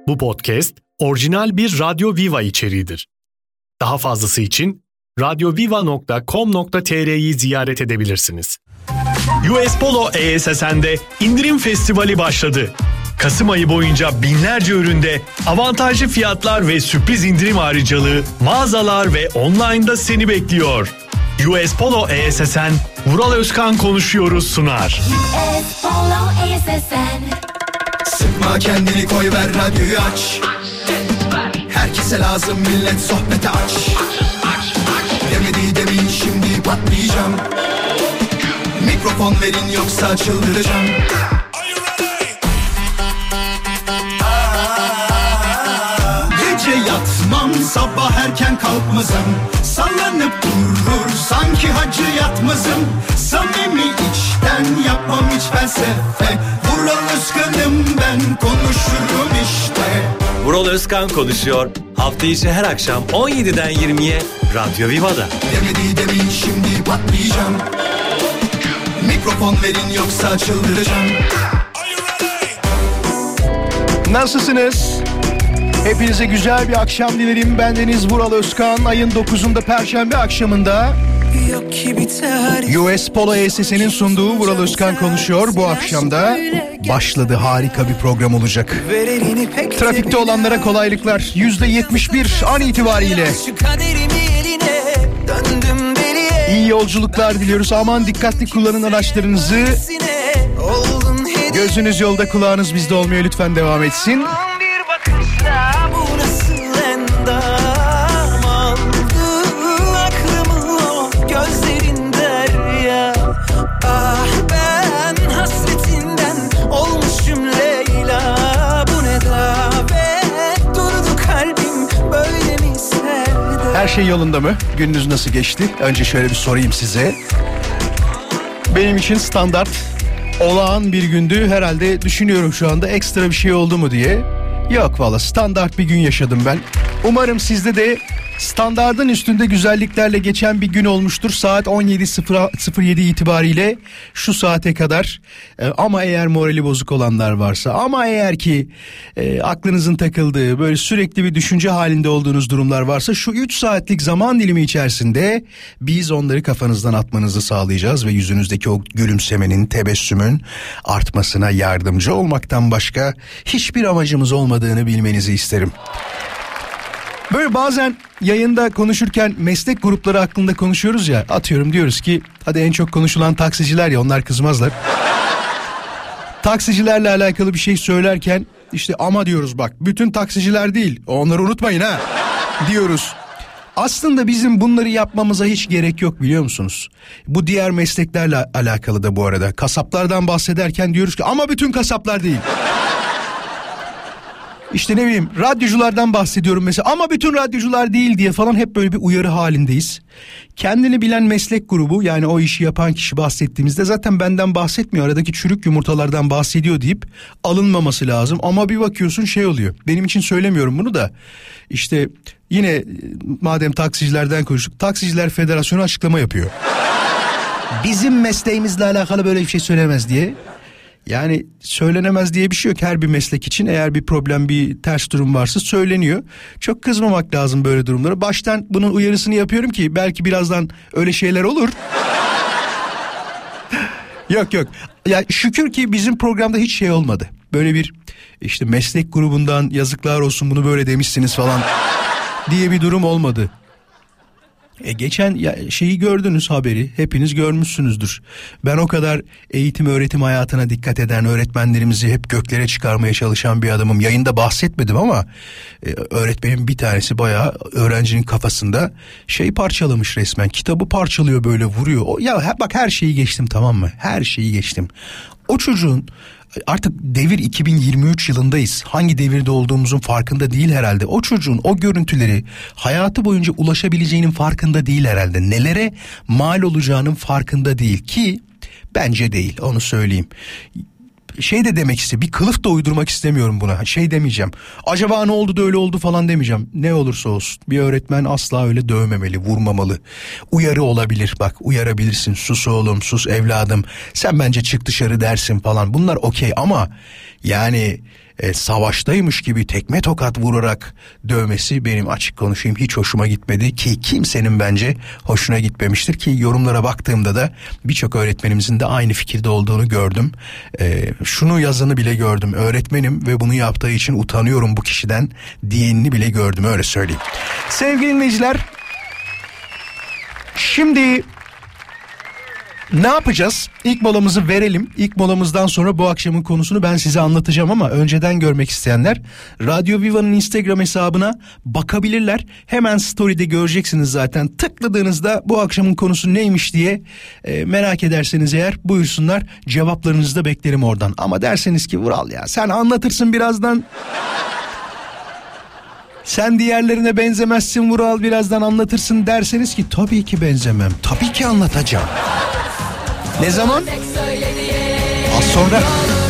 Bu podcast orijinal bir Radyo Viva içeriğidir. Daha fazlası için radyoviva.com.tr'yi ziyaret edebilirsiniz. US Polo ESSN'de indirim festivali başladı. Kasım ayı boyunca binlerce üründe avantajlı fiyatlar ve sürpriz indirim ayrıcalığı mağazalar ve online'da seni bekliyor. US Polo ESSN, Vural Özkan konuşuyoruz sunar. US Polo ESSN. Sıkma kendini, koy ver radyoyu aç. Herkese lazım millet, sohbete aç. Demedi demin şimdi patlayacağım. Mikrofon verin yoksa çıldıracağım. Gece yatmam, sabah erken kalkmazım. Sallanıp durur sanki hacı yatmazım. Samimi içten yapmam hiç felsefe. Vural Özkan'ım ben, konuşurum işte. Vural Özkan konuşuyor. Hafta içi her akşam 17'den 20'ye Radyo Viva'da. Demedi demin şimdi patlayacağım. Mikrofon verin yoksa çıldıracağım. Nasılsınız? Hepinize güzel bir akşam dilerim. Bendeniz Vural Özkan. Ayın 9'unda Perşembe akşamında US Polo ESSN'in sunduğu Vural Özkan konuşuyor. Bu akşamda başladı, harika bir program olacak. Trafikte olanlara kolaylıklar. %71 an itibariyle. İyi yolculuklar diliyoruz. Aman dikkatli kullanın araçlarınızı. Gözünüz yolda, kulağınız bizde olmuyor. Lütfen devam etsin. Her şey yolunda mı? Gününüz nasıl geçti? Önce şöyle bir sorayım size. Benim için standart, olağan bir gündü. Herhalde düşünüyorum şu anda ekstra bir şey oldu mu diye. Yok valla, standart bir gün yaşadım ben. Umarım sizde de standardın üstünde güzelliklerle geçen bir gün olmuştur. Saat 17.07 itibariyle şu saate kadar. Ama eğer morali bozuk olanlar varsa, ama eğer ki aklınızın takıldığı, böyle sürekli bir düşünce halinde olduğunuz durumlar varsa, şu 3 saatlik zaman dilimi içerisinde biz onları kafanızdan atmanızı sağlayacağız ve yüzünüzdeki o gülümsemenin, tebessümün artmasına yardımcı olmaktan başka hiçbir amacımız olmadığını bilmenizi isterim. Böyle bazen yayında konuşurken meslek grupları hakkında konuşuyoruz ya, atıyorum diyoruz ki hadi en çok konuşulan taksiciler, ya onlar kızmazlar. Taksicilerle alakalı bir şey söylerken işte ama diyoruz, bak bütün taksiciler değil, onları unutmayın ha diyoruz. Aslında bizim bunları yapmamıza hiç gerek yok, biliyor musunuz? Bu diğer mesleklerle alakalı da bu arada. Kasaplardan bahsederken diyoruz ki ama bütün kasaplar değil. İşte ne bileyim, radyoculardan bahsediyorum mesela, ama bütün radyocular değil diye falan hep böyle bir uyarı halindeyiz. Kendini bilen meslek grubu, yani o işi yapan kişi bahsettiğimizde zaten benden bahsetmiyor, aradaki çürük yumurtalardan bahsediyor deyip alınmaması lazım. Ama bir bakıyorsun şey oluyor, benim için söylemiyorum bunu da, işte yine madem taksicilerden konuştuk, Taksiciler Federasyonu açıklama yapıyor. Bizim mesleğimizle alakalı böyle bir şey söylemez diye. Yani söylenemez diye bir şey yok. Her bir meslek için eğer bir problem, bir ters durum varsa söyleniyor. Çok kızmamak lazım böyle durumlara. Baştan bunun uyarısını yapıyorum ki belki birazdan öyle şeyler olur. Yok. Ya şükür ki bizim programda hiç şey olmadı. Böyle bir işte meslek grubundan yazıklar olsun bunu böyle demişsiniz falan diye bir durum olmadı. Geçen şeyi gördünüz, haberi hepiniz görmüşsünüzdür. Ben o kadar eğitim öğretim hayatına dikkat eden, öğretmenlerimizi hep göklere çıkarmaya çalışan bir adamım. Yayında bahsetmedim ama öğretmenin bir tanesi bayağı öğrencinin kafasında şey parçalamış resmen. Kitabı parçalıyor, böyle vuruyor. Ya bak, her şeyi geçtim, tamam mı? Her şeyi geçtim. O çocuğun, artık devir 2023 yılındayız. Hangi devirde olduğumuzun farkında değil herhalde. O çocuğun o görüntüleri hayatı boyunca ulaşabileceğinin farkında değil herhalde. Nelere mal olacağının farkında değil ki bence değil, onu söyleyeyim. şey de demek istiyorum. Bir kılıf da uydurmak istemiyorum buna. Şey demeyeceğim. Acaba ne oldu da öyle oldu falan demeyeceğim. Ne olursa olsun. Bir öğretmen asla öyle dövmemeli, vurmamalı. Uyarı olabilir. Bak uyarabilirsin. Sus oğlum, sus evladım. Sen bence çık dışarı dersin falan. Bunlar okey ama yani savaştaymış gibi tekme tokat vurarak dövmesi benim açık konuşayım hiç hoşuma gitmedi ki kimsenin bence hoşuna gitmemiştir ki yorumlara baktığımda da birçok öğretmenimizin de aynı fikirde olduğunu gördüm. Şunu yazanı bile gördüm. Öğretmenim ve bunu yaptığı için utanıyorum bu kişiden diyenini bile gördüm, öyle söyleyeyim. Sevgili dinleyiciler, şimdi ne yapacağız? İlk molamızı verelim. İlk molamızdan sonra bu akşamın konusunu ben size anlatacağım ama önceden görmek isteyenler Radyo Viva'nın Instagram hesabına bakabilirler. Hemen story'de göreceksiniz zaten. Tıkladığınızda bu akşamın konusu neymiş diye merak ederseniz eğer buyursunlar. Cevaplarınızı da beklerim oradan. Ama derseniz ki Vural ya sen anlatırsın birazdan. Sen diğerlerine benzemezsin Vural, birazdan anlatırsın derseniz ki tabii ki benzemem. Tabii ki anlatacağım. Ne zaman? Az sonra.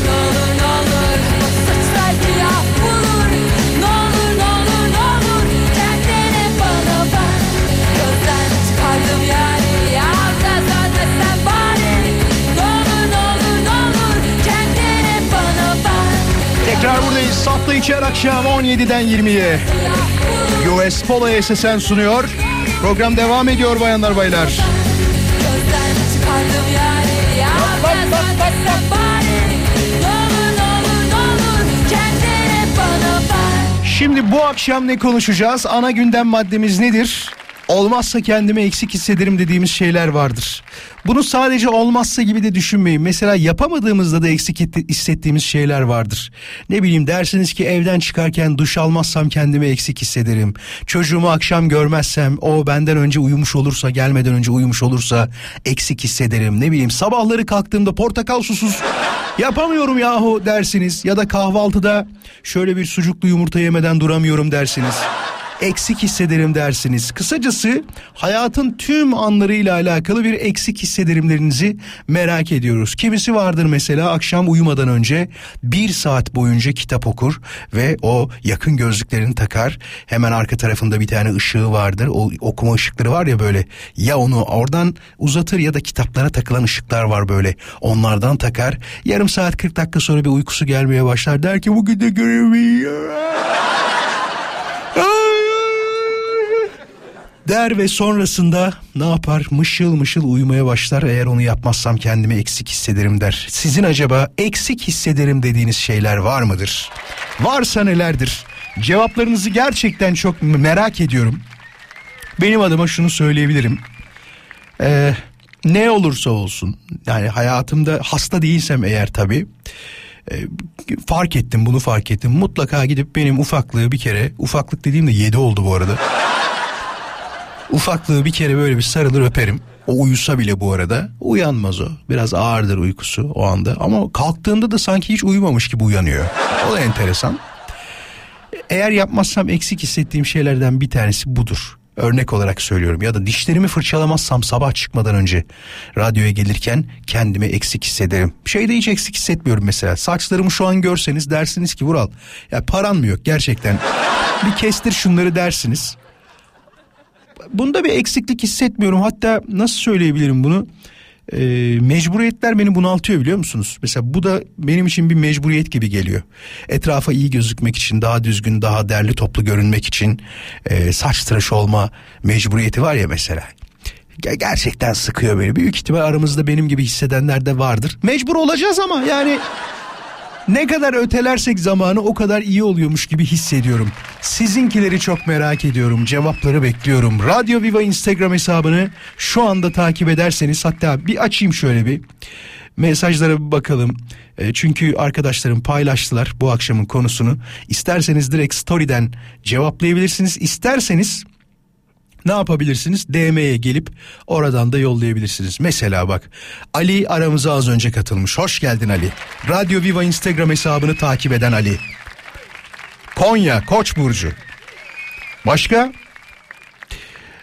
Tekrar buradayız. Hafta içi her akşam 17'den 20'ye. US Polo ASSN sunuyor. Program devam ediyor bayanlar baylar. Şimdi bu akşam ne konuşacağız? Ana gündem maddemiz nedir? Olmazsa kendimi eksik hissederim dediğimiz şeyler vardır. Bunu sadece olmazsa gibi de düşünmeyin. Mesela yapamadığımızda da eksik hissettiğimiz şeyler vardır. Ne bileyim dersiniz ki evden çıkarken duş almazsam kendimi eksik hissederim. Çocuğumu akşam görmezsem o benden önce uyumuş olursa, gelmeden önce uyumuş olursa eksik hissederim. Ne bileyim sabahları kalktığımda portakal susuz yapamıyorum yahu dersiniz. Ya da kahvaltıda şöyle bir sucuklu yumurta yemeden duramıyorum dersiniz. Eksik hissederim dersiniz. Kısacası hayatın tüm anlarıyla alakalı bir eksik hissederimlerinizi merak ediyoruz. Kimisi vardır mesela akşam uyumadan önce 1 saat boyunca kitap okur ve o yakın gözlüklerini takar. Hemen arka tarafında bir tane ışığı vardır. O okuma ışıkları var ya böyle. Ya onu oradan uzatır ya da kitaplara takılan ışıklar var böyle. Onlardan takar. Yarım saat 40 dakika sonra bir uykusu gelmeye başlar. Der ki bugün de göremiyorum. Der ve sonrasında ne yapar? Mışıl mışıl uyumaya başlar. Eğer onu yapmazsam kendimi eksik hissederim der. Sizin acaba eksik hissederim dediğiniz şeyler var mıdır? Varsa nelerdir? Cevaplarınızı gerçekten çok merak ediyorum. Benim adıma şunu söyleyebilirim. Ne olursa olsun yani hayatımda hasta değilsem eğer tabii fark ettim. Mutlaka gidip benim ufaklığı bir kere, ufaklık dediğimde 7 oldu bu arada. Ufaklığı bir kere böyle bir sarılır öperim. O uyusa bile bu arada uyanmaz o. Biraz ağırdır uykusu o anda ama kalktığında da sanki hiç uyumamış gibi uyanıyor. O da enteresan. Eğer yapmazsam eksik hissettiğim şeylerden bir tanesi budur. Örnek olarak söylüyorum. Ya da dişlerimi fırçalamazsam sabah çıkmadan önce radyoya gelirken kendimi eksik hissederim. Şeyde hiç eksik hissetmiyorum mesela. Saçlarımı şu an görseniz dersiniz ki Vural ya paran mı yok gerçekten. Bir kestir şunları dersiniz. Bunda bir eksiklik hissetmiyorum. Hatta nasıl söyleyebilirim bunu? Mecburiyetler beni bunaltıyor biliyor musunuz? Mesela bu da benim için bir mecburiyet gibi geliyor. Etrafa iyi gözükmek için, daha düzgün, daha derli toplu görünmek için saç tıraşı olma mecburiyeti var ya mesela. Gerçekten sıkıyor beni. Büyük ihtimal aramızda benim gibi hissedenler de vardır. Mecbur olacağız ama yani ne kadar ötelersek zamanı o kadar iyi oluyormuş gibi hissediyorum. Sizinkileri çok merak ediyorum. Cevapları bekliyorum. Radyo Viva Instagram hesabını şu anda takip ederseniz, hatta bir açayım şöyle bir mesajlara bir bakalım. Çünkü arkadaşlarım paylaştılar bu akşamın konusunu. İsterseniz direkt story'den cevaplayabilirsiniz. İsterseniz ne yapabilirsiniz? DM'ye gelip oradan da yollayabilirsiniz. Mesela bak, Ali aramıza az önce katılmış. Hoş geldin Ali. Radyo Viva Instagram hesabını takip eden Ali. Konya, Koç burcu. Başka?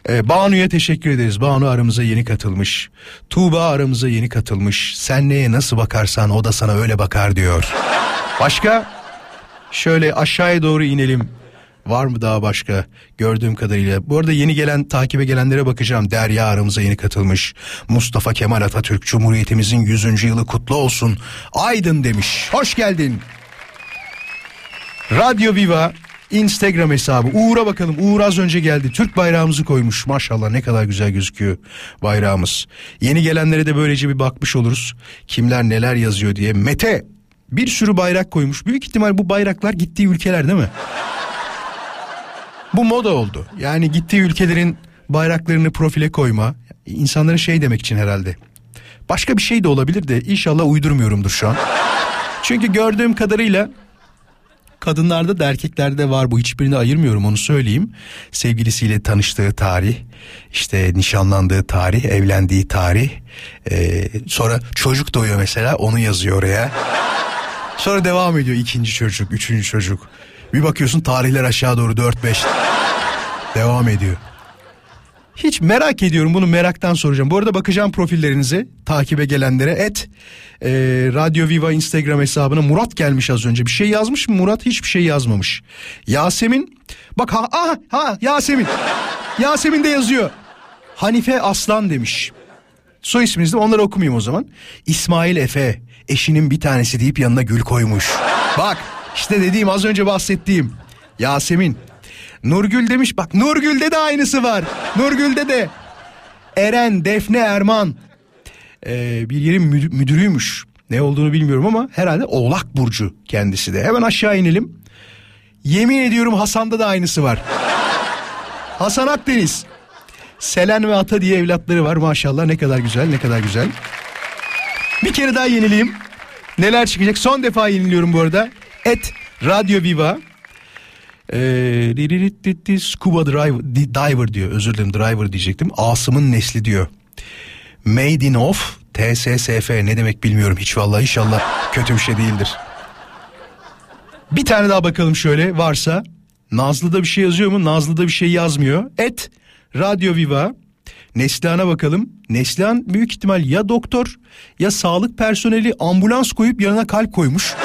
Banu'ya teşekkür ederiz. Banu aramıza yeni katılmış. Tuğba aramıza yeni katılmış. Sen neye nasıl bakarsan o da sana öyle bakar diyor. Başka? Şöyle aşağıya doğru inelim. Var mı daha başka gördüğüm kadarıyla? Bu arada yeni gelen, takibe gelenlere bakacağım. Derya aramıza yeni katılmış. Mustafa Kemal Atatürk, Cumhuriyetimizin 100. yılı kutlu olsun. Aydın demiş. Hoş geldin. Radyo Viva Instagram hesabı. Uğur'a bakalım. Uğur az önce geldi. Türk bayrağımızı koymuş. Maşallah ne kadar güzel gözüküyor bayrağımız. Yeni gelenlere de böylece bir bakmış oluruz. Kimler neler yazıyor diye. Mete bir sürü bayrak koymuş. Büyük ihtimal bu bayraklar gittiği ülkeler değil mi? Bu moda oldu. Yani gittiği ülkelerin bayraklarını profile koyma. İnsanların şey demek için herhalde. Başka bir şey de olabilir de inşallah uydurmuyorumdur şu an. Çünkü gördüğüm kadarıyla kadınlarda da erkeklerde de var bu. Hiçbirini ayırmıyorum, onu söyleyeyim. Sevgilisiyle tanıştığı tarih, işte nişanlandığı tarih, evlendiği tarih. Sonra çocuk doğuyor mesela, onu yazıyor oraya. Sonra devam ediyor 2. çocuk, 3. çocuk. Bir bakıyorsun tarihler aşağı doğru 4-5 devam ediyor. Hiç merak ediyorum, bunu meraktan soracağım. Bu arada bakacağım profillerinize, takibe gelenlere. Radyo Viva Instagram hesabına Murat gelmiş az önce. Bir şey yazmış mı Murat? Hiçbir şey yazmamış. Yasemin, bak Yasemin. Yasemin de yazıyor. Hanife Aslan demiş. Soy isminiz de, onları okumayayım o zaman. İsmail Efe, eşinin bir tanesi deyip yanına gül koymuş. Bak işte dediğim, az önce bahsettiğim Yasemin. Nurgül demiş, bak Nurgül'de de aynısı var. Nurgül'de de. Eren, Defne Erman. Bir yerin müdürüymüş. Ne olduğunu bilmiyorum ama herhalde Oğlak Burcu kendisi de. Hemen aşağı inelim. Yemin ediyorum Hasan'da da aynısı var. Hasan Akdeniz. Selen ve Ata diye evlatları var maşallah, ne kadar güzel, ne kadar güzel. Bir kere daha yenileyim. Neler çıkacak? Son defa yeniliyorum bu arada. @Radyo Viva. Scuba Diver diyor. Özür dilerim, Driver diyecektim. Asım'ın nesli diyor. Made in of TSSF ne demek bilmiyorum hiç vallahi, inşallah kötü bir şey değildir. Bir tane daha bakalım şöyle varsa. Nazlı'da bir şey yazıyor mu? Nazlı'da bir şey yazmıyor. Radyo Viva. Neslihan'a bakalım. Neslihan büyük ihtimal ya doktor ya sağlık personeli, ambulans koyup yanına kalp koymuş.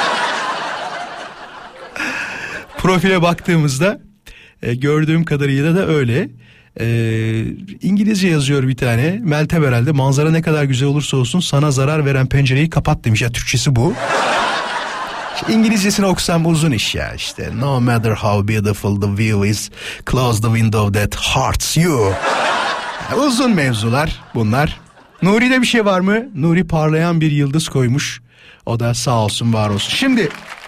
Profile baktığımızda gördüğüm kadarıyla da öyle. İngilizce yazıyor bir tane. Meltem herhalde. Manzara ne kadar güzel olursa olsun sana zarar veren pencereyi kapat demiş. Ya Türkçesi bu. İngilizcesini okusam uzun iş ya işte. No matter how beautiful the view is, close the window that hurts you. Uzun mevzular bunlar. Nuri'de bir şey var mı? Nuri parlayan bir yıldız koymuş. O da sağ olsun var olsun. Şimdi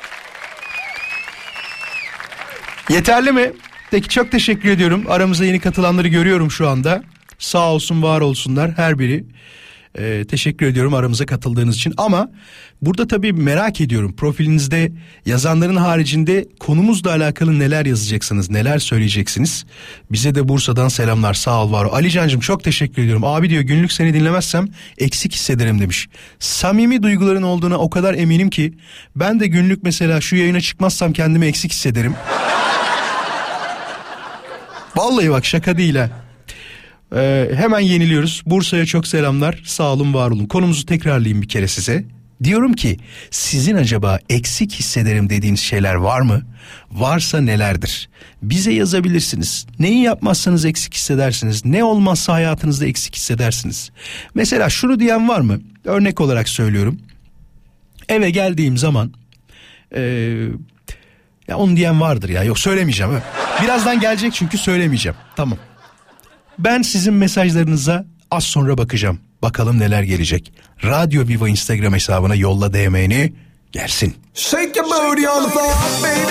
yeterli mi? Peki, çok teşekkür ediyorum. Aramıza yeni katılanları görüyorum şu anda. Sağ olsun var olsunlar her biri. Teşekkür ediyorum aramıza katıldığınız için. Ama burada tabii merak ediyorum, profilinizde yazanların haricinde konumuzla alakalı neler yazacaksınız, neler söyleyeceksiniz. Bize de Bursa'dan selamlar, sağ ol var ol. Ali Can'cığım çok teşekkür ediyorum. Abi diyor, günlük seni dinlemezsem eksik hissederim demiş. Samimi duyguların olduğuna o kadar eminim ki ben de günlük mesela şu yayına çıkmazsam kendimi eksik hissederim. Vallahi bak, şaka değil ha. Hemen yeniliyoruz. Bursa'ya çok selamlar. Sağ olun, var olun. Konumuzu tekrarlayayım bir kere size. Diyorum ki, sizin acaba eksik hissederim dediğiniz şeyler var mı? Varsa nelerdir? Bize yazabilirsiniz. Neyi yapmazsanız eksik hissedersiniz? Ne olmazsa hayatınızda eksik hissedersiniz? Mesela şunu diyen var mı? Örnek olarak söylüyorum. Eve geldiğim zaman ya onu diyen vardır ya. Yok, söylemeyeceğim. Birazdan gelecek çünkü söylemeyeceğim. Tamam. Ben sizin mesajlarınıza az sonra bakacağım. Bakalım neler gelecek. Radyo Viva Instagram hesabına yolla DM'ni, gelsin. Shake your booty on the floor, baby.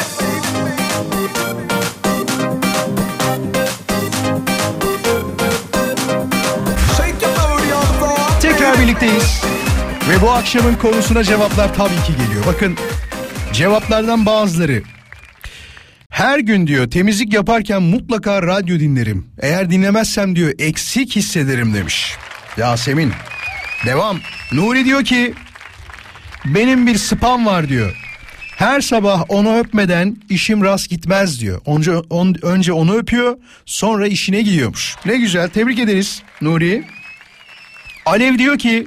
Shake your booty on the floor. Tekrar birlikteyiz. Ve bu akşamın konusuna cevaplar tabii ki geliyor. Bakın, cevaplardan bazıları. Her gün diyor temizlik yaparken mutlaka radyo dinlerim. Eğer dinlemezsem diyor eksik hissederim demiş. Yasemin. Devam. Nuri diyor ki benim bir spam var diyor. Her sabah onu öpmeden işim rast gitmez diyor. Önce onu öpüyor, sonra işine gidiyormuş. Ne güzel, tebrik ederiz Nuri. Alev diyor ki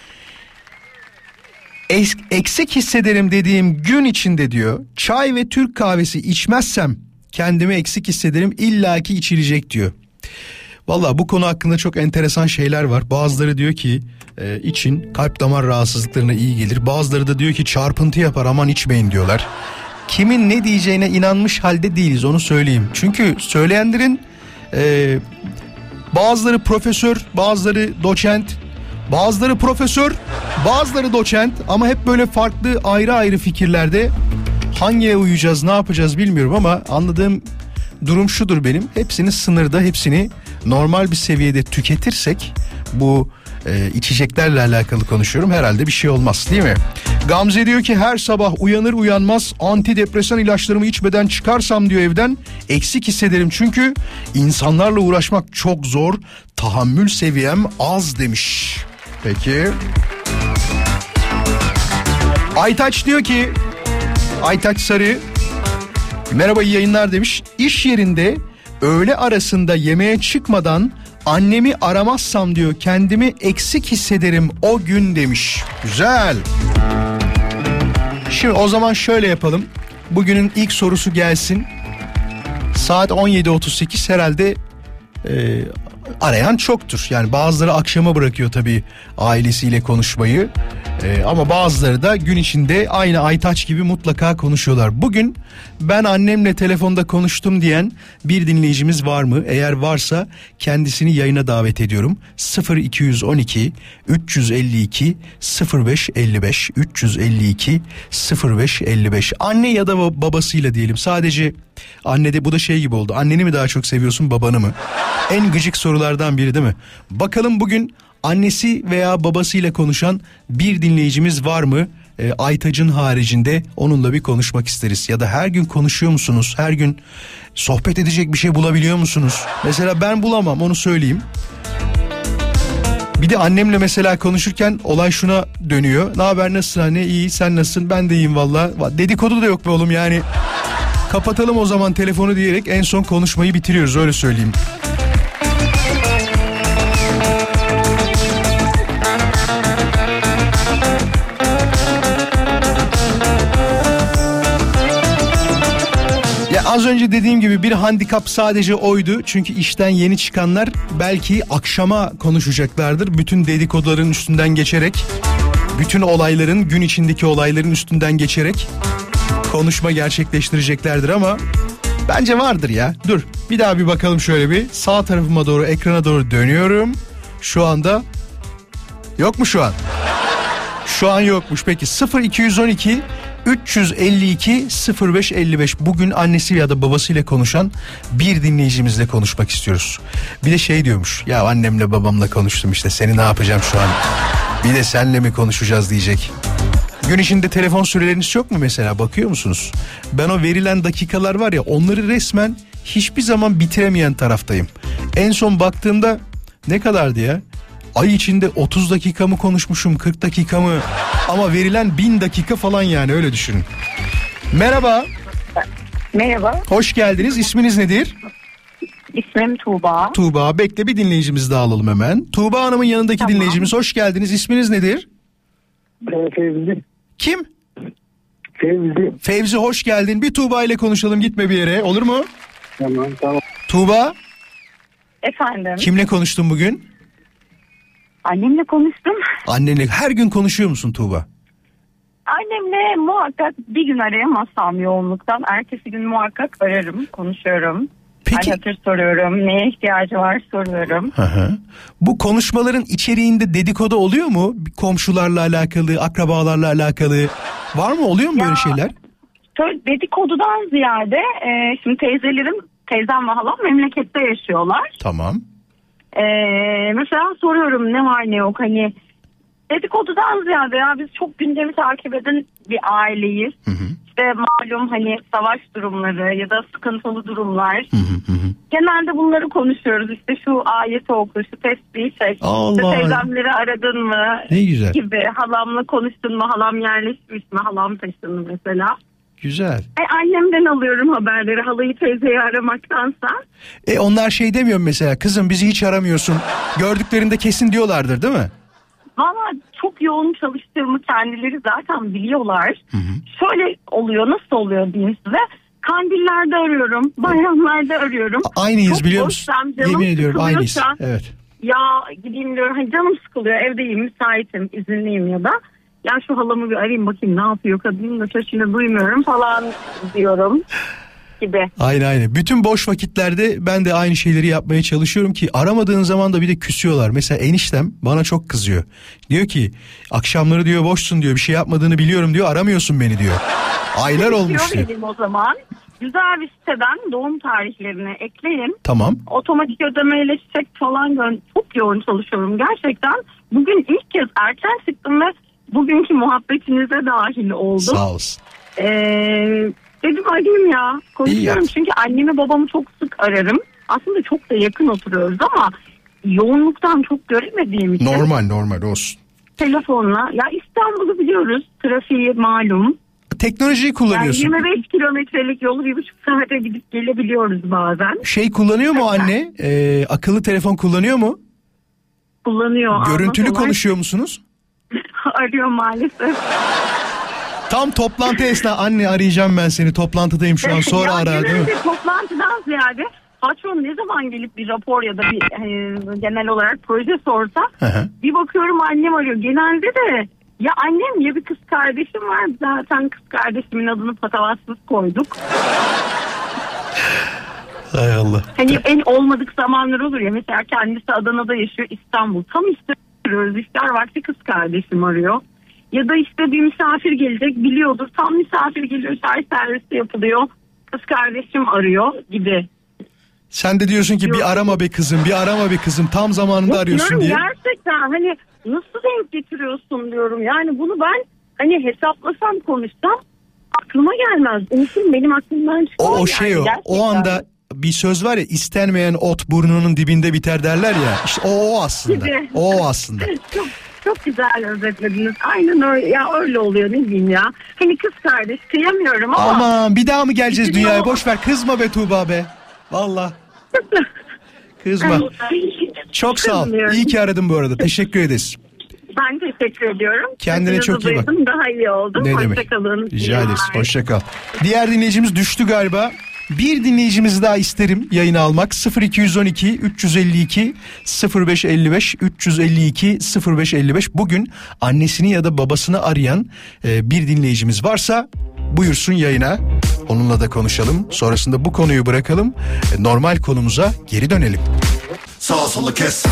eksik hissederim dediğim gün içinde diyor çay ve Türk kahvesi içmezsem kendimi eksik hissederim, illaki içilecek diyor. Valla bu konu hakkında çok enteresan şeyler var. Bazıları diyor ki için kalp damar rahatsızlıklarına iyi gelir. Bazıları da diyor ki çarpıntı yapar, aman içmeyin diyorlar. Kimin ne diyeceğine inanmış halde değiliz, onu söyleyeyim. Çünkü söyleyenlerin bazıları profesör, bazıları doçent, bazıları profesör, bazıları doçent ama hep böyle farklı ayrı ayrı fikirlerde. Hangiye uyacağız, ne yapacağız bilmiyorum ama anladığım durum şudur benim. Hepsini sınırda, hepsini normal bir seviyede tüketirsek, bu içeceklerle alakalı konuşuyorum, herhalde bir şey olmaz değil mi? Gamze diyor ki her sabah uyanır uyanmaz antidepresan ilaçlarımı içmeden çıkarsam diyor evden eksik hissederim. Çünkü insanlarla uğraşmak çok zor, tahammül seviyem az demiş. Peki. Aytaç diyor ki, Aytaç Sarı, merhaba iyi yayınlar demiş. İş yerinde öğle arasında yemeğe çıkmadan annemi aramazsam diyor kendimi eksik hissederim o gün demiş. Güzel. Şimdi o zaman şöyle yapalım. Bugünün ilk sorusu gelsin. Saat 17.38 herhalde arayan çoktur. Yani bazıları akşama bırakıyor tabii ailesiyle konuşmayı. Ama bazıları da gün içinde aynı Aytaç gibi mutlaka konuşuyorlar. Bugün ben annemle telefonda konuştum diyen bir dinleyicimiz var mı? Eğer varsa kendisini yayına davet ediyorum. 0212 352 0555 352 0555. Anne ya da babasıyla diyelim. Sadece anne de, bu da şey gibi oldu. Anneni mi daha çok seviyorsun, babanı mı? En gıcık sorulardan biri değil mi? Bakalım bugün annesi veya babasıyla konuşan bir dinleyicimiz var mı? Aytaç'ın haricinde onunla bir konuşmak isteriz. Ya da her gün konuşuyor musunuz? Her gün sohbet edecek bir şey bulabiliyor musunuz? Mesela ben bulamam, onu söyleyeyim. Bir de annemle mesela konuşurken olay şuna dönüyor. Ne haber, nasılsın anne? İyi, sen nasılsın? Ben de iyiyim valla. Dedikodu da yok be oğlum yani. Kapatalım o zaman telefonu diyerek en son konuşmayı bitiriyoruz, öyle söyleyeyim. Az önce dediğim gibi bir handikap sadece oydu. Çünkü işten yeni çıkanlar belki akşama konuşacaklardır. Bütün dedikoduların üstünden geçerek, bütün olayların, gün içindeki olayların üstünden geçerek konuşma gerçekleştireceklerdir ama bence vardır ya. Dur bir daha bir bakalım, şöyle bir sağ tarafıma doğru, ekrana doğru dönüyorum. Şu anda yok mu şu an? Şu an yokmuş. Peki 0212 352 0555. Bugün annesi ya da babasıyla konuşan bir dinleyicimizle konuşmak istiyoruz. Bir de şey diyormuş, ya annemle babamla konuştum işte, seni ne yapacağım şu an, bir de senle mi konuşacağız diyecek. Gün içinde telefon süreleriniz çok mu mesela, bakıyor musunuz? Ben o verilen dakikalar var ya, onları resmen hiçbir zaman bitiremeyen taraftayım. En son baktığımda ne kadardı ya? Ay içinde 30 dakika mı konuşmuşum, 40 dakika mı? Ama verilen 1000 dakika falan, yani öyle düşünün. Merhaba. Merhaba. Hoş geldiniz. İsminiz nedir? İsmim Tuğba. Tuğba. Bekle, bir dinleyicimizi daha alalım hemen. Tuğba Hanım'ın yanındaki tamam. Dinleyicimiz, hoş geldiniz. İsminiz nedir? Fevzi. Kim? Fevzi. Fevzi, hoş geldin. Bir Tuğba ile konuşalım, gitme bir yere, olur mu? Tamam. Tuğba. Efendim. Kimle konuştun bugün? Annemle konuştum. Annenle her gün konuşuyor musun Tuğba? Annemle muhakkak bir gün arayamazsam yoğunluktan, ertesi gün muhakkak ararım, konuşuyorum. Peki. Hatır soruyorum, neye ihtiyacı var soruyorum. Hı. Bu konuşmaların içeriğinde dedikodu oluyor mu? Komşularla alakalı, akrabalarla alakalı var mı? Oluyor mu böyle şeyler? Dedikodudan ziyade şimdi teyzem ve halam memlekette yaşıyorlar. Tamam. Mesela soruyorum ne var ne yok, hani dedikodudan ziyade ya biz çok gündemi takip eden bir aileyiz. Hı. İşte malum hani savaş durumları ya da sıkıntılı durumlar. Hı. Genelde bunları konuşuyoruz. İşte şu ayeti oku, şu tesbihi çek. İşte teyzemleri aradın mı? Ne güzel. Gibi. Halamla konuştun mu? Halam yerleşmiş mi? Halam taşındı mesela. Güzel. Annemden alıyorum haberleri, halayı teyzeyi aramaktansa. Onlar şey demiyor mesela, kızım bizi hiç aramıyorsun. Gördüklerinde kesin diyorlardır değil mi? Valla çok yoğun çalıştığımı kendileri zaten biliyorlar. Şöyle oluyor, nasıl oluyor diyeyim size. Kandillerde arıyorum, bayramlarda arıyorum. Aynıyız çok biliyor musun? Yemin ediyorum aynıyız. Evet. Ya gideyim diyorum, hani canım sıkılıyor, evdeyim, müsaitim, izinliyim ya da. Ya şu halamı bir arayayım bakayım ne yapıyor, kadının da sesini duymuyorum falan diyorum gibi. Aynen. Bütün boş vakitlerde ben de aynı şeyleri yapmaya çalışıyorum ki aramadığın zaman da bir de küsüyorlar. Mesela eniştem bana çok kızıyor. Diyor ki akşamları diyor boşsun diyor, bir şey yapmadığını biliyorum diyor, aramıyorsun beni diyor. Aylar olmuş diyor. O zaman güzel bir siteden doğum tarihlerini ekleyin. Tamam. Otomatik ödemeyle çiçek falan çok yoğun çalışıyorum gerçekten. Bugün ilk kez erken çıktım ve bugünkü muhabbetinize dahil oldum. Sağ olsun. Dedim arayayım ya, konuşuyorum çünkü annemi babamı çok sık ararım. Aslında çok da yakın oturuyoruz ama yoğunluktan çok göremediğim için. Normal olsun. Telefonla, ya İstanbul'u biliyoruz, trafiği malum. Teknolojiyi kullanıyorsun. Yani 25 kilometrelik yolu 1,5 saate gidip gelebiliyoruz bazen. Şey kullanıyor mu anne? Akıllı telefon kullanıyor mu? Kullanıyor. Görüntülü konuşuyor musunuz? Arıyor maalesef. Tam toplantı anne arayacağım ben seni, toplantıdayım şu an, sonra ara değil mi? Toplantıdan ziyade patron ne zaman gelip bir rapor ya da bir genel olarak proje sorsa bir bakıyorum annem arıyor. Genelde de ya annem ya bir kız kardeşim var, zaten kız kardeşimin adını patavatsız koyduk. Hay Allah. Hani en olmadık zamanlar olur ya, mesela kendisi Adana'da yaşıyor, İstanbul. Tam istiyoruz, iftar vakti kız kardeşim arıyor. Ya da işte bir misafir gelecek, biliyordur, tam misafir geliyor, çay servisi yapılıyor, kız kardeşim arıyor gibi. Sen de diyorsun ki bir arama be kızım tam zamanında arıyorsun diye. Gerçekten hani nasıl denk getiriyorsun diyorum. Yani bunu ben hani hesaplasam konuşsam aklıma gelmez. Unutun, benim aklımdan çıkıyor. O şey o. O anda bir söz var ya, istenmeyen ot burnunun dibinde biter derler ya. İşte o aslında. Gibi. O aslında. Çok güzel özetlediniz. Aynen öyle ya, öyle oluyor, ne diyeyim ya. Hani kız kardeş kıyamıyorum ama. Aman bir daha mı geleceğiz dünyaya? Boş ver, kızma be Tuğba be. Vallahi. Kızma. Çok sağ ol. İyi ki aradın bu arada. Teşekkür ederiz. Ben teşekkür ediyorum. Kendine çok iyi bak. Daha iyi oldum. Ne demek? Hoşçakalın. Rica ederiz. Hoşçakal. Diğer dinleyicimiz düştü galiba. Bir dinleyicimizi daha isterim yayına almak. 0212 352 0555 352 0555. Bugün annesini ya da babasını arayan bir dinleyicimiz varsa buyursun yayına. Onunla da konuşalım. Sonrasında bu konuyu bırakalım. Normal konumuza geri dönelim. Sağ solu kes.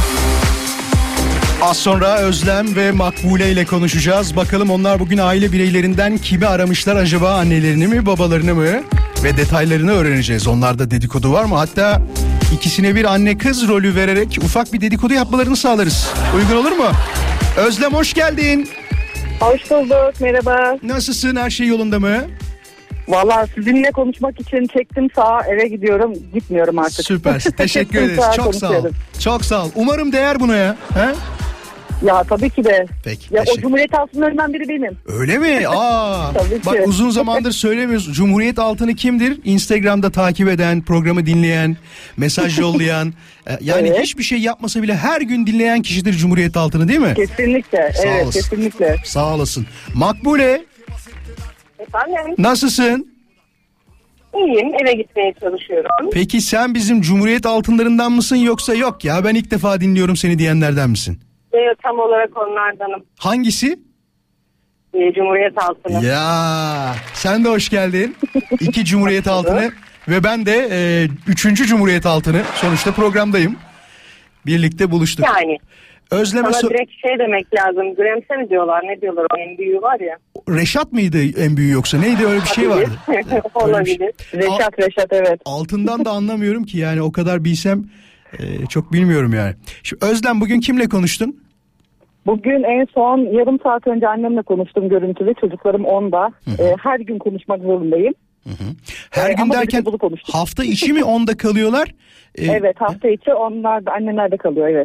Az sonra Özlem ve Makbule ile konuşacağız. Bakalım onlar bugün aile bireylerinden kimi aramışlar acaba, annelerini mi babalarını mı? Ve detaylarını öğreneceğiz. Onlarda dedikodu var mı? Hatta ikisine bir anne kız rolü vererek ufak bir dedikodu yapmalarını sağlarız. Uygun olur mu? Özlem hoş geldin. Hoş bulduk, merhaba. Nasılsın, her şey yolunda mı? Valla sizinle konuşmak için çektim sağa, eve gidiyorum, gitmiyorum artık. Süpersin, teşekkür ederiz. Çok sağ ol. Çok sağ ol. Umarım değer buna ya. He? Ya tabii ki de. Peki, ya o Cumhuriyet altınlarından biri benim. Öyle mi? Aa. Bak uzun zamandır söylemiyoruz. Cumhuriyet altını kimdir? Instagram'da takip eden, programı dinleyen, mesaj yollayan. Yani evet, hiçbir şey yapmasa bile her gün dinleyen kişidir Cumhuriyet altını, değil mi? Kesinlikle. Sağ evet, olasın. Kesinlikle. Sağ olasın. Makbule. Efendim? Nasılsın? İyiyim, eve gitmeye çalışıyorum. Peki sen bizim Cumhuriyet altınlarından mısın, yoksa yok ya ben ilk defa dinliyorum seni diyenlerden misin? Tam olarak onlardanım. Hangisi? Cumhuriyet altını. Ya sen de hoş geldin. 2 Cumhuriyet altını ve ben de 3. Cumhuriyet altını. Sonuçta programdayım. Birlikte buluştuk. Yani. Özleme sana direkt şey demek lazım. Gramse mi diyorlar, ne diyorlar, o en büyüğü var ya. Reşat mıydı en büyüğü, yoksa neydi, öyle bir şey vardı. Olabilir. Reşat evet. Altından da anlamıyorum ki, yani o kadar bilsem çok bilmiyorum yani. Şimdi Özlem, bugün kimle konuştun? Bugün en son yarım saat önce annemle konuştum görüntülü. Çocuklarım 10'da. Her gün konuşmak zorundayım. Her gün Ama derken dedikodu konuştuk. hafta içi mi onda kalıyorlar? Evet, hafta içi onlar da annelerde kalıyor, evet.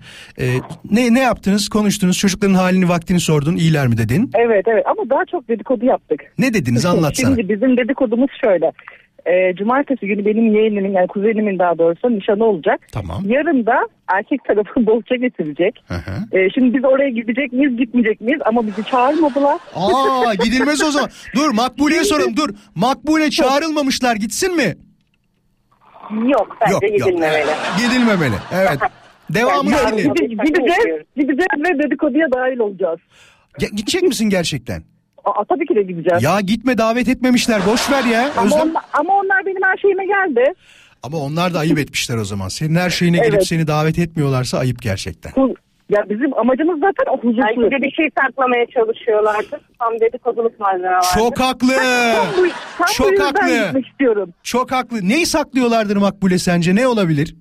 Ne yaptınız? Konuştunuz. Çocukların halini vaktini sordun. İyiler mi dedin? Evet ama daha çok dedikodu yaptık. Ne dediniz? Anlatsana. Şimdi bizim dedikodumuz şöyle. Cumartesi günü benim yeğenimin, yani kuzenimin daha doğrusu nişanı olacak. Tamam. Yarın da erkek tarafı bohça getirecek. Şimdi biz oraya gidecek miyiz, gitmeyecek miyiz? Ama bizi çağırmadılar. Gidilmez o zaman. Dur Makbule'ye soralım. Dur. Makbule çağrılmamışlar. Gitsin mi? Yok, bence gidilmemeli. Gidilmemeli. Evet. Devamını Yani dinleyelim. gideceğiz ve dedikoduya dahil olacağız. Gidecek misin gerçekten? Tabii ki de gideceğiz. Ya gitme, davet etmemişler. Boş ver ya. Ama onlar benim her şeyime geldi. Ama onlar da ayıp etmişler o zaman. Senin her şeyine gelip seni davet etmiyorlarsa ayıp gerçekten. Ya bizim amacımız zaten o huzursuz. Belki de bir şey saklamaya çalışıyorlardır. Tam dedikoduluk malzeme vardır. Çok haklı. Çok haklı. Istiyorum. Çok haklı. Neyi saklıyorlardır Makbule sence? Ne olabilir?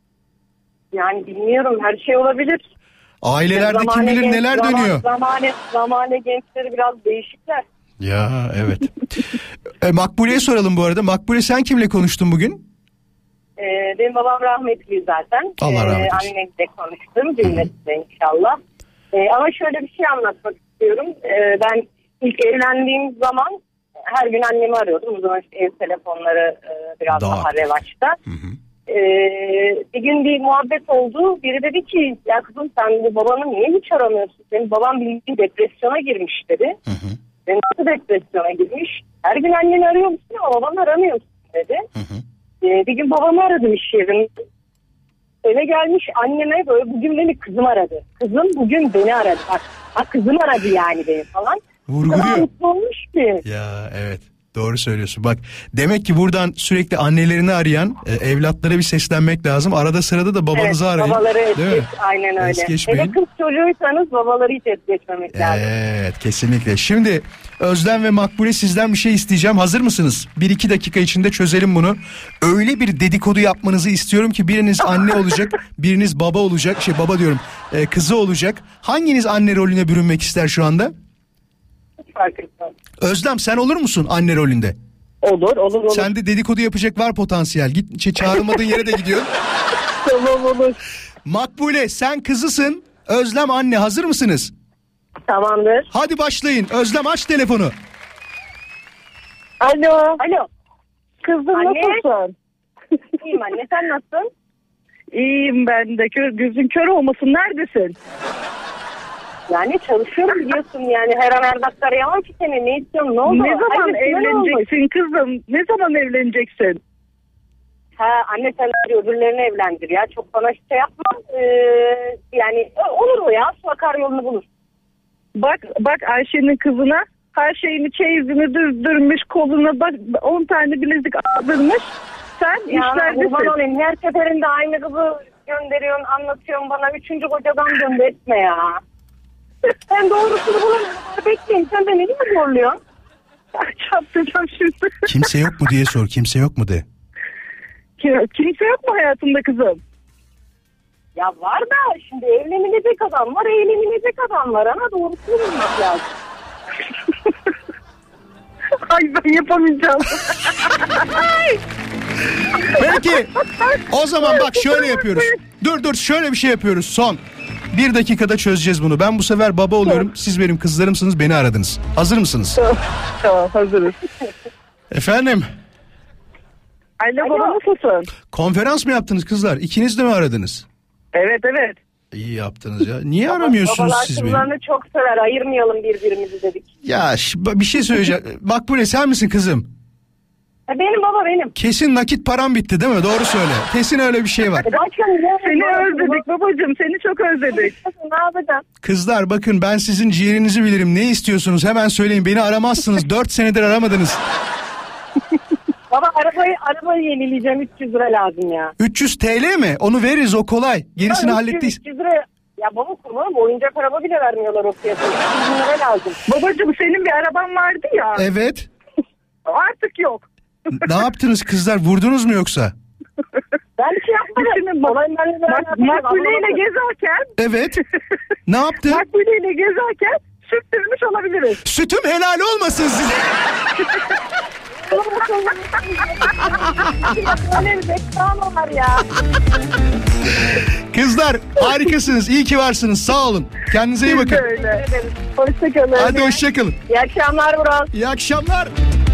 Yani bilmiyorum, her şey olabilir. Ailelerde kim bilir neler dönüyor. Zamane gençleri biraz değişikler. Ya evet. Makbule'ye soralım bu arada. Makbule sen kimle konuştun bugün? Benim babam rahmetli zaten. Allah rahmet eylesin. Annemle konuştum cümlesiyle inşallah. Ama şöyle bir şey anlatmak istiyorum. Ben ilk evlendiğim zaman her gün annemi arıyordum. O zaman işte ev telefonları biraz daha revaçta. Bir gün bir muhabbet oldu. Biri dedi ki ya kızım sen bu babanı niye hiç aramıyorsun? Senin baban bildiğin depresyona girmiş dedi. Ben nasıl depresyona girmiş? Her gün anneni arıyor musun ama babanı aramıyorsun dedi. Bir gün babamı aradım iş yerinde. Eve gelmiş anneme böyle bugün beni kızım aradı. Kızım bugün beni aradı. Bak kızım aradı yani beni falan. Vurguluyor. Mutlu olmuş ki. Ya evet. Doğru söylüyorsun. Bak demek ki buradan sürekli annelerini arayan evlatlara bir seslenmek lazım. Arada sırada da babanızı arayın. Babaları aynen öyle. Hele kız çocuğuysanız babaları hiç es geçmemek lazım. Evet kesinlikle. Şimdi Özlem ve Makbule sizden bir şey isteyeceğim. Hazır mısınız? 1-2 dakika içinde çözelim bunu. Öyle bir dedikodu yapmanızı istiyorum ki biriniz anne olacak, biriniz baba olacak. Baba diyorum, kızı olacak. Hanginiz anne rolüne bürünmek ister şu anda? Fark etmez. Özlem sen olur musun anne rolünde? Olur. Sende dedikodu yapacak var potansiyel. Git çağrılmadığın yere de gidiyor. Tamam olur. Makbule sen kızısın. Özlem anne, hazır mısınız? Tamamdır. Hadi başlayın. Özlem aç telefonu. Alo. Kızım nasılsın? İyiyim anne, sen nasılsın? İyiyim ben de. Gözün kör olmasın. Neredesin? Yani çalışıyorum biliyorsun yani her an her dakika arayamam ki seni. Ne istiyorsun? Ne oldu? Ne zaman evleneceksin kızım? Ne zaman evleneceksin? Anne sen öbürlerini evlendir ya. Çok bana şey yapma. Yani olur mu ya? Su akar yolunu bulur. Bak Ayşe'nin kızına her şeyini çeyizini düzdürmüş, koluna bak 10 tane bilezik aldırmış. Sen işlerdesin. Kurban olayım, her seferinde aynı kızı gönderiyorsun, anlatıyorsun bana. 3. kocadan döndü, etme ya. Ben doğrusunu bulamıyorum. Bekleyin, sen beni niye zorluyorsun? Çarptıracağım şimdi. Kimse yok mu diye sor. Kimse yok mu de. Kimse yok mu hayatında kızım? Ya var da şimdi evlenilecek adam var, eğlenilecek adam var ama doğrusunu bulmak lazım. Ay ben yapamayacağım. Peki o zaman bak şöyle yapıyoruz. Dur şöyle bir şey yapıyoruz son. 1 dakikada çözeceğiz bunu. Ben bu sefer baba oluyorum. Siz benim kızlarımsınız, beni aradınız. Hazır mısınız? Tamam hazırız. Efendim? Alo baba nasılsın? Konferans mı yaptınız kızlar? İkiniz de mi aradınız? Evet. İyi yaptınız ya. Niye aramıyorsunuz siz beni? Babalar kızlarını çok sever, ayırmayalım birbirimizi dedik. Ya bir şey söyleyeceğim. Bak bu ne, sen misin kızım? Benim baba benim. Kesin nakit param bitti değil mi? Doğru söyle. Kesin öyle bir şey var. Seni özledik babacığım, seni çok özledik. Ne yapacağım? Kızlar bakın, ben sizin ciğerinizi bilirim. Ne istiyorsunuz hemen söyleyin. Beni aramazsınız. 4 senedir aramadınız. Baba arabayı yenileyeceğim, 300 lira lazım ya. 300 TL mi? Onu veririz, o kolay. Gerisini hallettik. 300 lira. Ya baba kurbanım, oyuncak araba bile vermiyorlar o fiyatı. 300 lira lazım. Babacığım senin bir araban vardı ya. Evet. Artık yok. Ne yaptınız kızlar? Vurdunuz mu yoksa? Ben bir şey yapmadım. Makbule ile gezerken. Evet. Ne yaptın? Makbule ile gezerken sürttürmüş olabiliriz. Sütüm helal olmasın size. Öyle bir beklenme var ya. Kızlar harikasınız. İyi ki varsınız. Sağ olun. Kendinize iyi bakın. Öyle. Hoşçakalın. Hadi hoşçakalın. İyi akşamlar Murat. İyi akşamlar.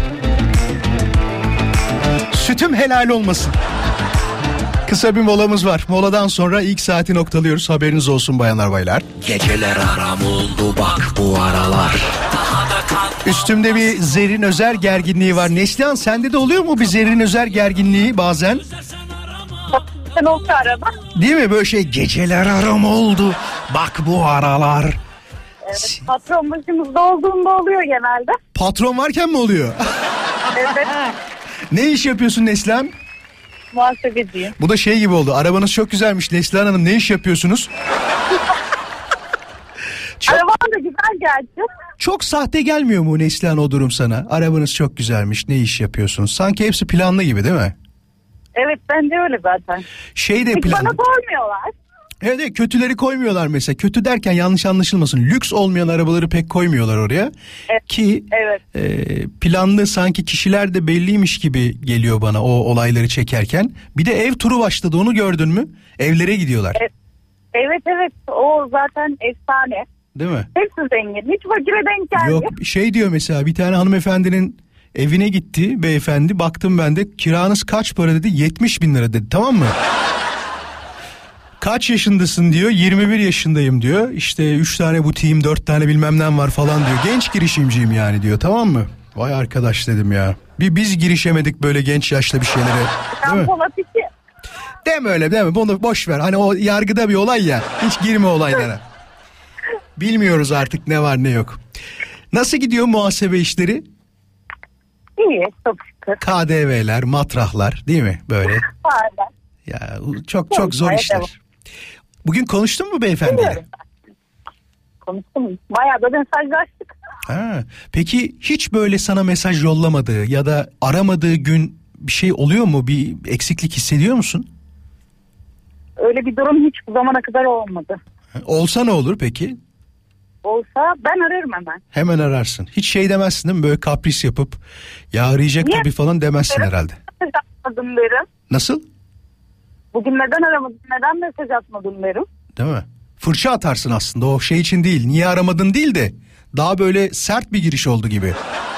Sütüm helal olmasın. Kısa bir molamız var. Moladan sonra ilk saati noktalıyoruz. Haberiniz olsun bayanlar baylar. Geceler aram oldu bak bu aralar. Üstümde bir Zerrin Özer gerginliği var. Neslihan sende de oluyor mu bir Zerrin Özer gerginliği bazen? Sen oldu araba. Değil mi böyle şey geceler aram oldu bak bu aralar. Evet, patron başımızda olduğunda oluyor genelde. Patron varken mi oluyor? Evet. Ne iş yapıyorsun Neslihan? Muhasebeciyim. Bu da şey gibi oldu. Arabanız çok güzelmiş Neslihan Hanım, ne iş yapıyorsunuz? Araban da güzel gerçi. Çok sahte gelmiyor mu Neslihan o durum sana? Arabanız çok güzelmiş, ne iş yapıyorsunuz? Sanki hepsi planlı gibi değil mi? Evet bence öyle zaten. Şey de Hiç planlı. bana sormuyorlar. Evet, kötüleri koymuyorlar mesela. Kötü derken yanlış anlaşılmasın. Lüks olmayan arabaları pek koymuyorlar oraya. Evet. Ki Evet. Planlı sanki kişiler de belliymiş gibi geliyor bana o olayları çekerken. Bir de ev turu başladı, onu gördün mü? Evlere gidiyorlar. Evet o zaten efsane. Değil mi? Hepsi zengin. Hiç fakire denk gelmiyor. Yok şey diyor mesela, bir tane hanımefendinin evine gitti beyefendi. Baktım ben de, kiranız kaç para dedi. 70 bin lira dedi, tamam mı? Kaç yaşındasın diyor. 21 yaşındayım diyor. İşte 3 tane butiğim, 4 tane bilmem nem var falan diyor. Genç girişimciyim yani diyor, tamam mı? Vay arkadaş dedim ya. Bir biz girişemedik böyle genç yaşta bir şeylere. Değil mi? Deme öyle, deme, bunu boş ver. Hani o yargıda bir olay ya. Hiç girme olaylara. Bilmiyoruz artık ne var ne yok. Nasıl gidiyor muhasebe işleri? İyi, çok şükür. KDV'ler, matrahlar değil mi böyle? Aynen. Ya çok zor işler. Bugün konuştun mu beyefendiyle? Konuştum. Bayağı da mesajlaştık. Ha, peki hiç böyle sana mesaj yollamadığı ya da aramadığı gün bir şey oluyor mu? Bir eksiklik hissediyor musun? Öyle bir durum hiç bu zamana kadar olmadı. Olsa ne olur peki? Olsa ben ararım hemen. Hemen ararsın. Hiç şey demezsin değil mi? Böyle kapris yapıp ya arayacak tabii falan demezsin herhalde. Mesaj atmadım derim. Nasıl? Bugün neden aramadın, neden mesaj atmadın derim. Değil mi? Fırça atarsın aslında, o şey için değil. Niye aramadın değil de daha böyle sert bir giriş oldu gibi.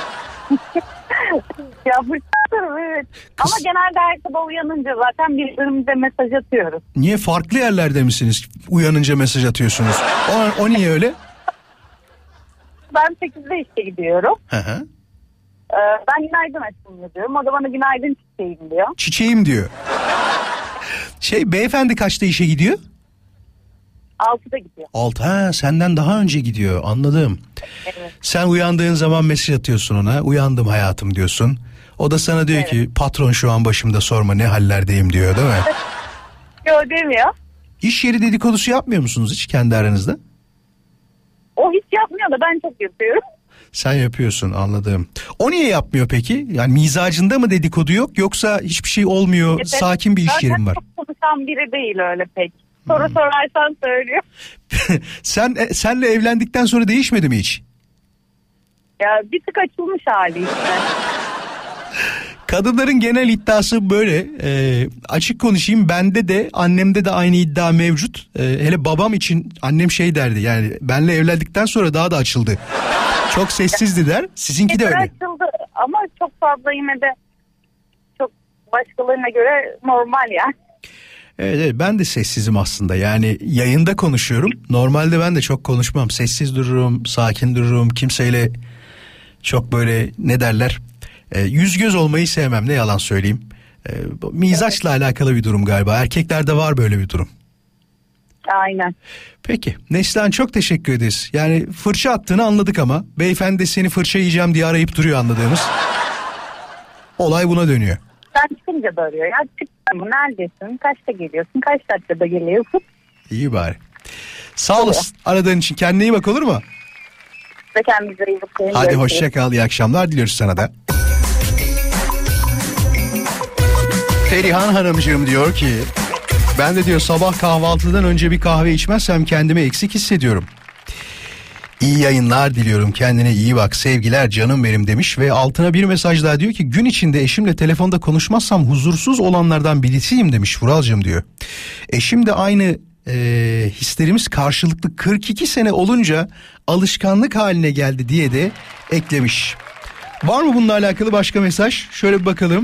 Ya fırça atarım evet. Ama genelde her sabah uyanınca zaten birbirimize mesaj atıyoruz. Niye, farklı yerlerde misiniz? Uyanınca mesaj atıyorsunuz. O niye öyle? Ben 8'de işe gidiyorum. Hı hı. Ben günaydın aşkım diyorum. O da bana günaydın çiçeğim diyor. Çiçeğim diyor. Beyefendi kaçta işe gidiyor? 6'da gidiyor. 6. Ha, senden daha önce gidiyor, anladım. Evet. Sen uyandığın zaman mesaj atıyorsun ona. Uyandım hayatım diyorsun. O da sana diyor ki patron şu an başımda, sorma ne hallerdeyim diyor, değil mi? Yok demiyor. İş yeri dedikodusu yapmıyor musunuz hiç kendi aranızda? O hiç yapmıyor da ben çok yapıyorum. Sen yapıyorsun, anladım. O niye yapmıyor peki? Yani mizacında mı dedikodu yok, yoksa hiçbir şey olmuyor, Evet. sakin bir iş yerim var? Zaten çok konuşan biri değil öyle pek. Soru sorarsan söylüyor. Senle evlendikten sonra değişmedi mi hiç? Ya bir tık açılmış hali işte. Kadınların genel iddiası böyle. Açık konuşayım, bende de annemde de aynı iddia mevcut. Hele babam için annem şey derdi, yani benle evlendikten sonra daha da açıldı. Çok sessizdi der. Sizinki de öyle. Açıldı ama çok fazla yine de çok başkalarına göre normal ya. Evet, ben de sessizim aslında, yani yayında konuşuyorum. Normalde ben de çok konuşmam, sessiz dururum, sakin dururum, kimseyle çok böyle ne derler, yüz göz olmayı sevmem, ne yalan söyleyeyim. Mizaçla alakalı bir durum galiba, erkeklerde var böyle bir durum. Aynen. Peki Neslihan, çok teşekkür ederiz. Yani fırça attığını anladık ama beyefendi de seni fırça yiyeceğim diye arayıp duruyor, anladığımız. Olay buna dönüyor. Sen çıkınca da arıyor. Ya çıktın mı? Neredesin? Kaçta geliyorsun? Kaç dakikada geliyorsun? İyi bari. Sağ olasın aradığın için. Kendine iyi bak, olur mu? Ve kendinize iyi bakın. Hadi hoşça kal. İyi akşamlar diliyoruz sana da. Ferihan Hanımcığım diyor ki, ben de diyor sabah kahvaltıdan önce bir kahve içmezsem kendimi eksik hissediyorum. İyi yayınlar diliyorum, kendine iyi bak, sevgiler canım benim demiş ve altına bir mesaj daha diyor ki gün içinde eşimle telefonda konuşmazsam huzursuz olanlardan birisiyim demiş Vuralcığım diyor. Eşim de aynı hislerimiz karşılıklı 42 sene olunca alışkanlık haline geldi diye de eklemiş. Var mı bununla alakalı başka mesaj? Şöyle bir bakalım.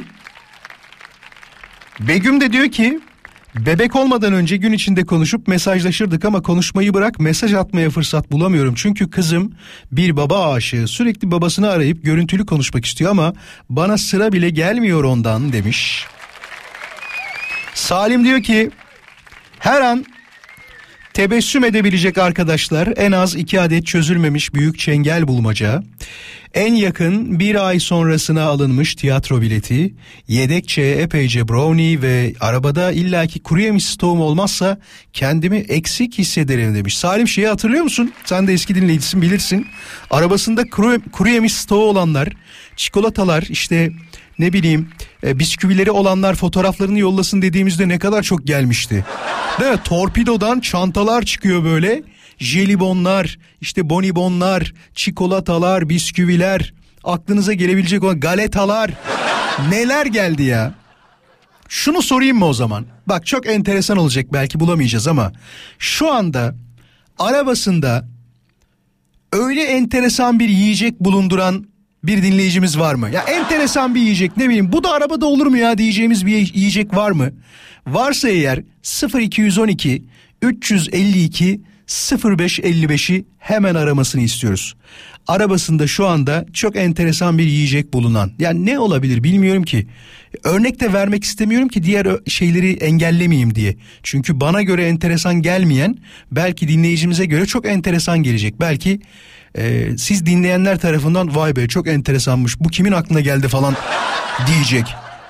Begüm de diyor ki bebek olmadan önce gün içinde konuşup mesajlaşırdık ama konuşmayı bırak mesaj atmaya fırsat bulamıyorum. Çünkü kızım bir baba aşığı, sürekli babasını arayıp görüntülü konuşmak istiyor ama bana sıra bile gelmiyor ondan demiş. Salim diyor ki her an tebessüm edebilecek arkadaşlar, en az 2 adet çözülmemiş büyük çengel bulmaca, en yakın bir ay sonrasına alınmış tiyatro bileti, yedekçe epeyce brownie ve arabada illaki kuru yemiş stoğum olmazsa kendimi eksik hissederim demiş. Salim, şeyi hatırlıyor musun? Sen de eski dinleyicisin, bilirsin. Arabasında kuru yemiş stoğu olanlar, çikolatalar, işte ne bileyim bisküvileri olanlar fotoğraflarını yollasın dediğimizde ne kadar çok gelmişti. Değil mi? Torpidodan çantalar çıkıyor böyle. Jelibonlar, işte bonibonlar, çikolatalar, bisküviler, aklınıza gelebilecek olan galetalar. Neler geldi ya? Şunu sorayım mı o zaman? Bak çok enteresan olacak, belki bulamayacağız ama şu anda arabasında öyle enteresan bir yiyecek bulunduran bir dinleyicimiz var mı? Ya enteresan bir yiyecek, ne bileyim bu da arabada olur mu ya diyeceğimiz bir yiyecek var mı? Varsa eğer 0212 352 0555'i hemen aramasını istiyoruz. Arabasında şu anda çok enteresan bir yiyecek bulunan. Yani ne olabilir bilmiyorum ki. Örnek de vermek istemiyorum ki diğer şeyleri engellemeyeyim diye. Çünkü bana göre enteresan gelmeyen belki dinleyicimize göre çok enteresan gelecek. Belki siz dinleyenler tarafından vay be çok enteresanmış, bu kimin aklına geldi falan diyecek.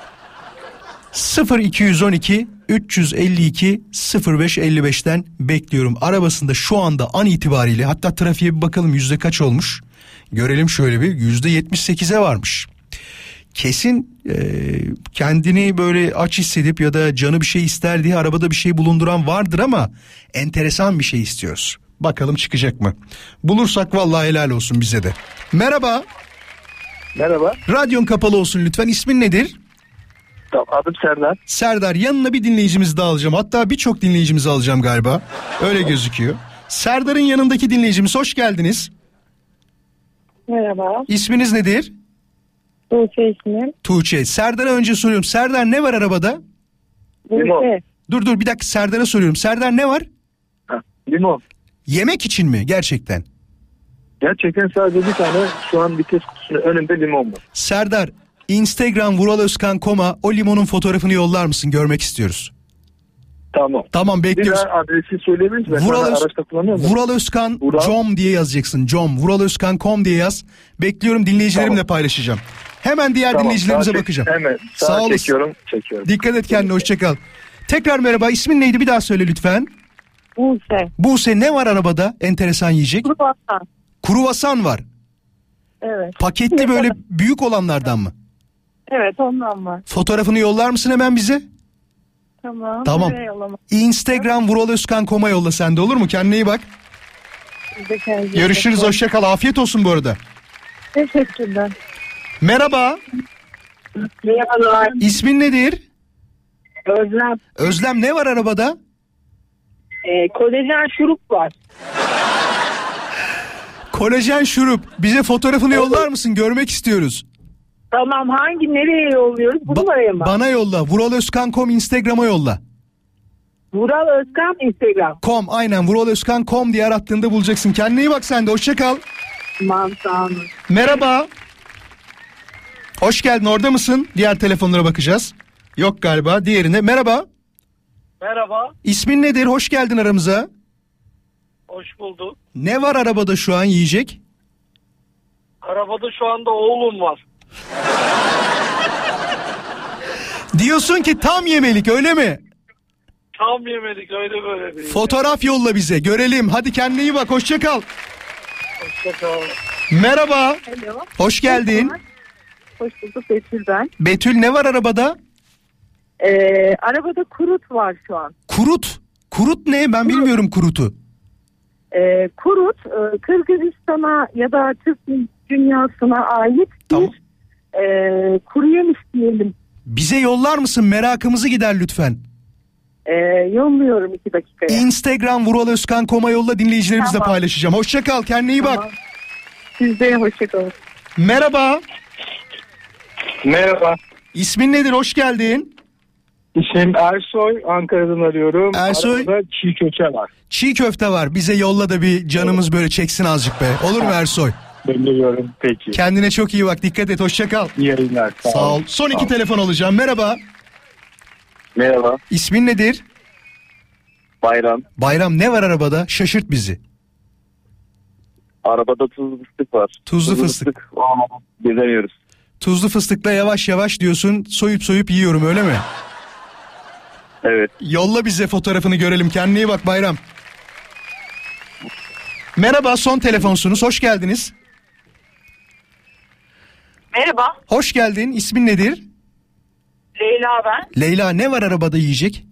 0212 352 0555'ten bekliyorum. Arabasında şu anda an itibariyle, hatta trafiğe bir bakalım yüzde kaç olmuş. Görelim şöyle bir, %78'e varmış. Kesin kendini böyle aç hissedip ya da canı bir şey ister diye arabada bir şey bulunduran vardır ama enteresan bir şey istiyoruz. Bakalım çıkacak mı? Bulursak vallahi helal olsun bize de. Merhaba. Merhaba. Radyon kapalı olsun lütfen. İsmin nedir? Adım Serdar. Serdar, yanına bir dinleyicimizi daha alacağım. Hatta birçok dinleyicimizi alacağım galiba. Öyle gözüküyor. Serdar'ın yanındaki dinleyicimiz, hoş geldiniz. Merhaba. İsminiz nedir? Tuğçe ismim. Tuğçe. Serdar'a önce soruyorum. Serdar, ne var arabada? Limon. Dur bir dakika, Serdar'a soruyorum. Serdar, ne var? Limon. Yemek için mi gerçekten? Gerçekten sadece bir tane şu an vites kutusunun önünde limon var. Serdar, Instagram vuralozkan.com'a o limonun fotoğrafını yollar mısın? Görmek istiyoruz. Tamam bekliyoruz. Bir daha adresi söyleyebilir misin? Araçta kullanıyor musun? Vuralozkan.com diye yazacaksın. Vuralozkan.com diye yaz. Bekliyorum, dinleyicilerimle paylaşacağım. Hemen diğer dinleyicilerimize bakacağım. Hemen sağ olasın. Çekiyorum. Dikkat et kendine, hoşçakal. Tekrar merhaba, ismin neydi bir daha söyle lütfen. Buse, ne var arabada enteresan yiyecek? Kruvasan var. Evet. Paketli böyle büyük olanlardan mı? Evet, ondan var. Fotoğrafını yollar mısın hemen bize? Tamam. Instagram vuralozkan.com'a yolla sen de, olur mu? Kendine iyi bak. Görüşürüz, hoşça kal. Afiyet olsun bu arada. Teşekkürler. Merhaba. Merhabalar. İsmin nedir? Özlem. Özlem, ne var arabada? Kolajen şurup var. Kolajen şurup. Bize fotoğrafını yollar mısın? Görmek istiyoruz. Tamam, nereye yolluyoruz? Bu numaraya mı? Bana yolla. Vuralozkan.com Instagram'a yolla. Vural Özkan Instagram. Aynen, vuralozkan.com diye arattığında bulacaksın. Kendine iyi bak sen de, hoşça kal. Tamam, sağ olun. Merhaba. Hoş geldin, orada mısın? Diğer telefonlara bakacağız. Yok galiba, diğerine. Merhaba. Merhaba. İsmin nedir? Hoş geldin aramıza. Hoş bulduk. Ne var arabada şu an yiyecek? Arabada şu anda oğlum var. Diyorsun ki tam yemelik, öyle mi? Tam yemedik, öyle böyle değil. Fotoğraf yolla bize, görelim. Hadi kendine iyi bak, hoşça kal. Hoşça kal. Merhaba. Hello. Hoş geldin. Hoş bulduk, Betül ben. Betül, ne var arabada? Arabada kurut var şu an. Kurut ne? Ben bilmiyorum kurutu. Kurut Kırgızistan'a ya da Türk dünyasına ait Tamam. bir kuru yemiş diyelim. Bize yollar mısın? Merakımızı gider lütfen. Yolluyorum 2 dakikaya. Instagram vuraloskan.com'a yolla, dinleyicilerimizle Tamam. paylaşacağım. Hoşça kal, kendine iyi bak. Tamam. Siz de hoşçakalın. Merhaba. Merhaba. İsmin nedir? Hoş geldin. İsmim Ersoy. Ankara'dan arıyorum. Ersoy. Arabada çiğ köfte var. Çiğ köfte var. Bize yolla da bir canımız böyle çeksin azıcık be. Olur mu Ersoy? Bekliyorum. Peki. Kendine çok iyi bak. Dikkat et. Hoşça kal. İyi yayınlar. Sağ ol. Son 2 telefon alacağım. Merhaba. Merhaba. İsmin nedir? Bayram. Bayram, ne var arabada? Şaşırt bizi. Arabada tuzlu fıstık var. Tuzlu fıstık. Gezemiyoruz. Tuzlu fıstıkla yavaş yavaş diyorsun. Soyup soyup yiyorum, öyle mi? Evet. Yolla bize fotoğrafını görelim. Kendine iyi bak Bayram. Merhaba, son telefonsunuz. Hoş geldiniz. Merhaba, Hoş geldin. İsmin nedir? Leyla ben. Leyla, ne var arabada yiyecek?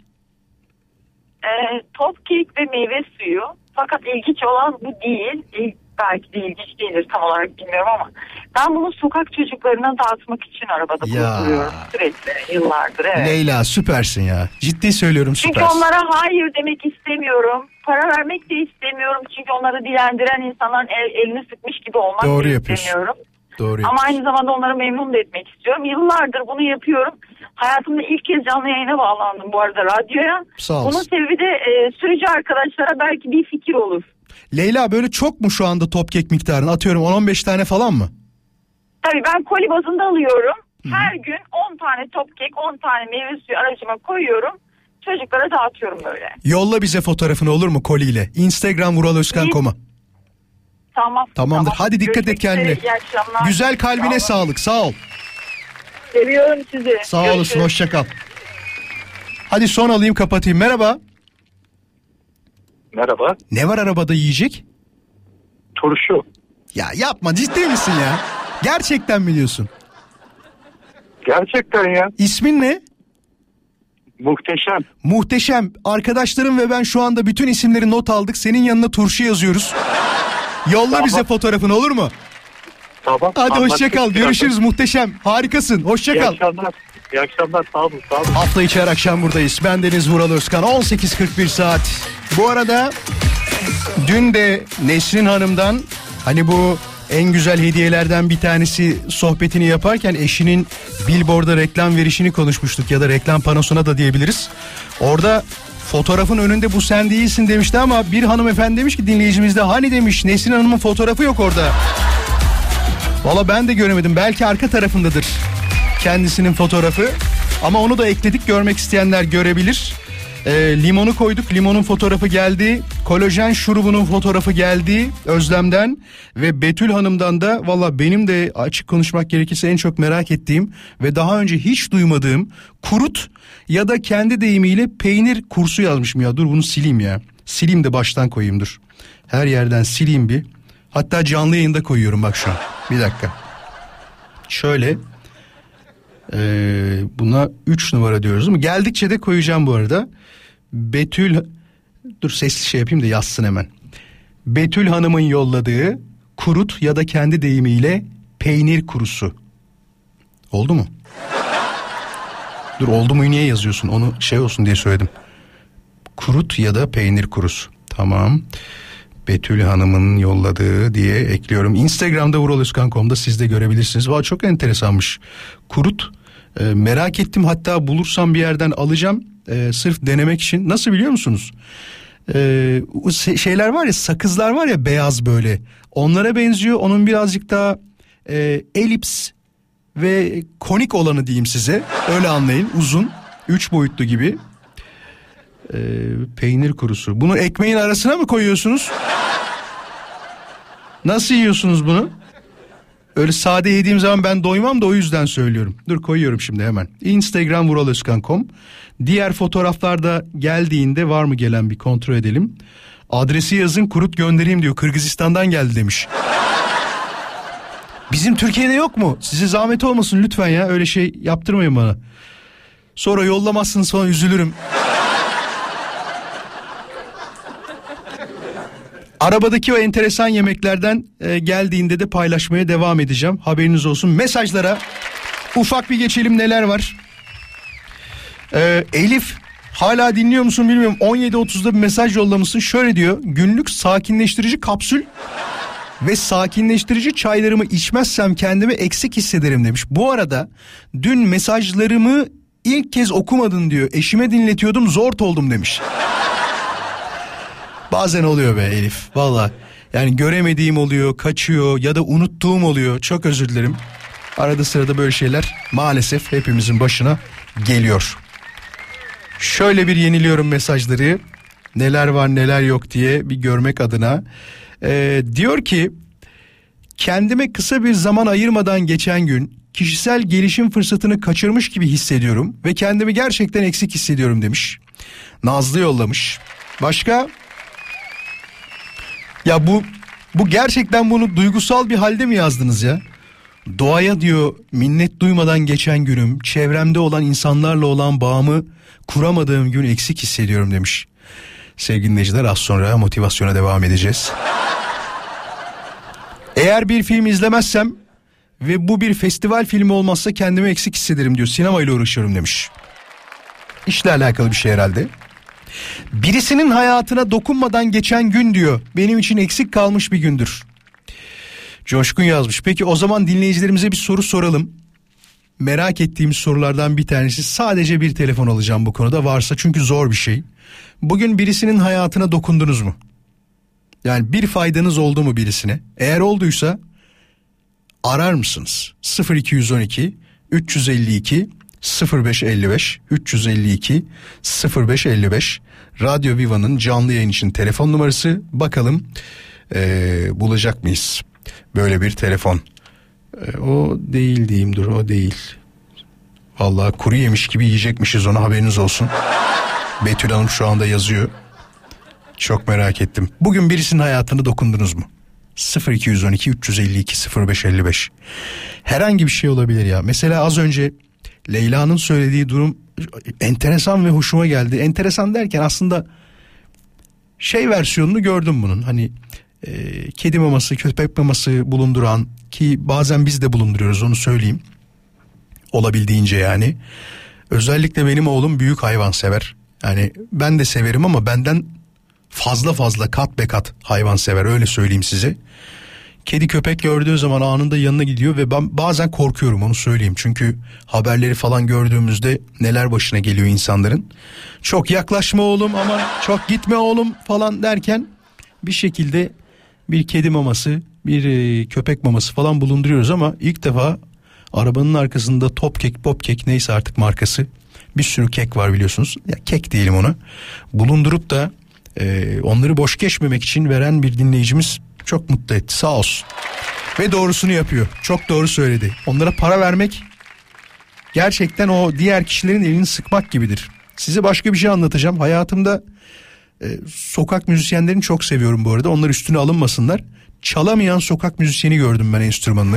Top kek ve meyve suyu. Fakat ilginç olan bu değil. Belki de ilginç değildir, tam olarak bilmiyorum ama ben bunu sokak çocuklarına dağıtmak için arabada kullanıyorum sürekli, yıllardır. Evet. Leyla, süpersin ya. Ciddi söylüyorum, süpersin. Çünkü onlara hayır demek istemiyorum. Para vermek de istemiyorum. Çünkü onları dilendiren insanların elini sıkmış gibi olmak Doğru da yapıyorsun. istemiyorum. Doğru. Ama aynı zamanda onları memnun da etmek istiyorum. Yıllardır bunu yapıyorum. Hayatımda ilk kez canlı yayına bağlandım bu arada, radyoya. Sağ olsun. Bunun sebebi de sürücü arkadaşlara belki bir fikir olur. Leyla, böyle çok mu şu anda top kek miktarını? Atıyorum 10-15 tane falan mı? Tabii ben koli bazında alıyorum. Her gün 10 tane top kek, 10 tane meyve suyu aracıma koyuyorum. Çocuklara dağıtıyorum böyle. Yolla bize fotoğrafını, olur mu, koliyle? Instagram vuraloskan.com'a. Tamam. Tamamdır. Hadi dikkat et kendine. İyi akşamlar. Güzel kalbine sağlık. Sağ ol. Seviyorum sizi. Sağ olasın. Hoşça kal. Hadi son alayım, kapatayım. Merhaba. Merhaba. Ne var arabada yiyecek? Turşu. Ya yapma, ciddi misin ya? Gerçekten mi diyorsun? Gerçekten ya. İsmin ne? Muhteşem. Muhteşem. Arkadaşlarım ve ben şu anda bütün isimleri not aldık. Senin yanına turşu yazıyoruz. Yolla Tamam. bize fotoğrafını, olur mu? Tamam. Hadi hoşça kal. Anlaştık. Görüşürüz. Muhteşem. Harikasın. Hoşça İyi kal. akşamlar. İyi akşamlar. Sağ olun. Sağ olun. Hafta içi her akşam buradayız. Ben Deniz Vural Özkan. 18.41 saat. Bu arada dün de Nesrin Hanım'dan, hani bu en güzel hediyelerden bir tanesi sohbetini yaparken eşinin billboard'a reklam verişini konuşmuştuk, ya da reklam panosuna da diyebiliriz. Orada fotoğrafın önünde bu sen değilsin demişti ama bir hanımefendi demiş ki, dinleyicimiz de, hani demiş, Nesrin Hanım'ın fotoğrafı yok orada. Valla ben de göremedim. Belki arka tarafındadır kendisinin fotoğrafı. Ama onu da ekledik, görmek isteyenler görebilir. Limonu koyduk, limonun fotoğrafı geldi. Kolajen şurubunun fotoğrafı geldi Özlem'den. Ve Betül Hanım'dan da, valla benim de açık konuşmak gerekirse en çok merak ettiğim ve daha önce hiç duymadığım kurut ya da kendi deyimiyle peynir kursu yazmışım ya. Dur bunu sileyim ya. Sileyim de baştan koyayım, dur. Her yerden sileyim bir. Hatta canlı yayında koyuyorum bak şu an. Bir dakika. Şöyle. Buna 3 numara diyoruz değil mi? Geldikçe de koyacağım bu arada. Betül, dur sesli şey yapayım da yazsın hemen. Betül Hanım'ın yolladığı kurut ya da kendi deyimiyle peynir kurusu. Oldu mu? Dur, oldu mu niye yazıyorsun? Onu şey olsun diye söyledim. Kurut ya da peynir kurusu. Tamam. Betül Hanım'ın yolladığı diye ekliyorum. Instagram'da vuraloskan.com'da siz de görebilirsiniz. Valla çok enteresanmış. Kurut. Merak ettim, hatta bulursam bir yerden alacağım. Sırf denemek için. Nasıl biliyor musunuz? Şeyler var ya, sakızlar var ya, beyaz böyle. Onlara benziyor. Onun birazcık daha elips ve konik olanı diyeyim size. Öyle anlayın. Uzun. 3 boyutlu gibi. Peynir kurusu. Bunu ekmeğin arasına mı koyuyorsunuz? Nasıl yiyorsunuz bunu? Öyle sade yediğim zaman ben doymam da, o yüzden söylüyorum. Dur, koyuyorum şimdi hemen. Instagram vuraloskan.com. Diğer fotoğraflarda geldiğinde var mı gelen, bir kontrol edelim. Adresi yazın, kurut göndereyim diyor. Kırgızistan'dan geldi demiş. Bizim Türkiye'de yok mu? Size zahmet olmasın lütfen ya. Öyle şey yaptırmayın bana. Sonra yollamazsınız falan, üzülürüm. Arabadaki o enteresan yemeklerden geldiğinde de paylaşmaya devam edeceğim. Haberiniz olsun. Mesajlara ufak bir geçelim, neler var. Elif, hala dinliyor musun bilmiyorum. 17.30'da bir mesaj yollamışsın. Şöyle diyor: günlük sakinleştirici kapsül ve sakinleştirici çaylarımı içmezsem kendimi eksik hissederim demiş. Bu arada dün mesajlarımı ilk kez okumadın diyor. Eşime dinletiyordum, zor oldum demiş. Bazen oluyor be Elif. Valla yani göremediğim oluyor, kaçıyor ya da unuttuğum oluyor. Çok özür dilerim. Arada sırada böyle şeyler maalesef hepimizin başına geliyor. Şöyle bir yeniliyorum mesajları. Neler var neler yok diye bir görmek adına. Diyor ki, kendime kısa bir zaman ayırmadan geçen gün kişisel gelişim fırsatını kaçırmış gibi hissediyorum ve kendimi gerçekten eksik hissediyorum demiş. Nazlı yollamış. Başka? Ya bu gerçekten bunu duygusal bir halde mi yazdınız ya? Doğaya diyor minnet duymadan geçen günüm, çevremde olan insanlarla olan bağımı kuramadığım gün eksik hissediyorum demiş. Sevgili dinleyiciler, az sonra motivasyona devam edeceğiz. Eğer bir film izlemezsem ve bu bir festival filmi olmazsa kendimi eksik hissederim diyor. Sinemayla uğraşıyorum demiş. İşle alakalı bir şey herhalde. Birisinin hayatına dokunmadan geçen gün diyor, benim için eksik kalmış bir gündür. Coşkun yazmış. Peki o zaman dinleyicilerimize bir soru soralım. Merak ettiğimiz sorulardan bir tanesi, sadece bir telefon alacağım bu konuda varsa, çünkü zor bir şey. Bugün birisinin hayatına dokundunuz mu? Yani bir faydanız oldu mu birisine? Eğer olduysa arar mısınız? 0212 352 0555 352 0555 Radyo Viva'nın canlı yayın için telefon numarası. Bakalım bulacak mıyız böyle bir telefon? O değil diyeyim, dur, o değil. Vallahi kuru yemiş gibi yiyecekmişiz onu, haberiniz olsun. Betül Hanım şu anda yazıyor. Çok merak ettim. Bugün birisinin hayatına dokundunuz mu? 0212 352 0555. Herhangi bir şey olabilir ya. Mesela az önce Leyla'nın söylediği durum enteresan ve hoşuma geldi. Enteresan derken aslında şey versiyonunu gördüm bunun. Hani kedi maması, köpek maması bulunduran, ki bazen biz de bulunduruyoruz, onu söyleyeyim. Olabildiğince yani. Özellikle benim oğlum büyük hayvan sever. Yani ben de severim ama benden fazla kat be kat hayvan sever, öyle söyleyeyim size. Kedi köpek gördüğü zaman anında yanına gidiyor ve ben bazen korkuyorum, onu söyleyeyim. Çünkü haberleri falan gördüğümüzde neler başına geliyor insanların. Çok yaklaşma oğlum, ama çok gitme oğlum falan derken bir şekilde bir kedi maması, bir köpek maması falan bulunduruyoruz ama ilk defa arabanın arkasında top kek, pop kek, neyse artık markası, bir sürü kek var biliyorsunuz. Ya kek diyelim ona. Bulundurup da onları boş geçmemek için veren bir dinleyicimiz çok mutlu etti, sağ olsun. Ve doğrusunu yapıyor. Çok doğru söyledi. Onlara para vermek gerçekten o diğer kişilerin elini sıkmak gibidir. Size başka bir şey anlatacağım. Hayatımda sokak müzisyenlerini çok seviyorum bu arada. Onlar üstüne alınmasınlar. Çalamayan sokak müzisyeni gördüm ben enstrümanını.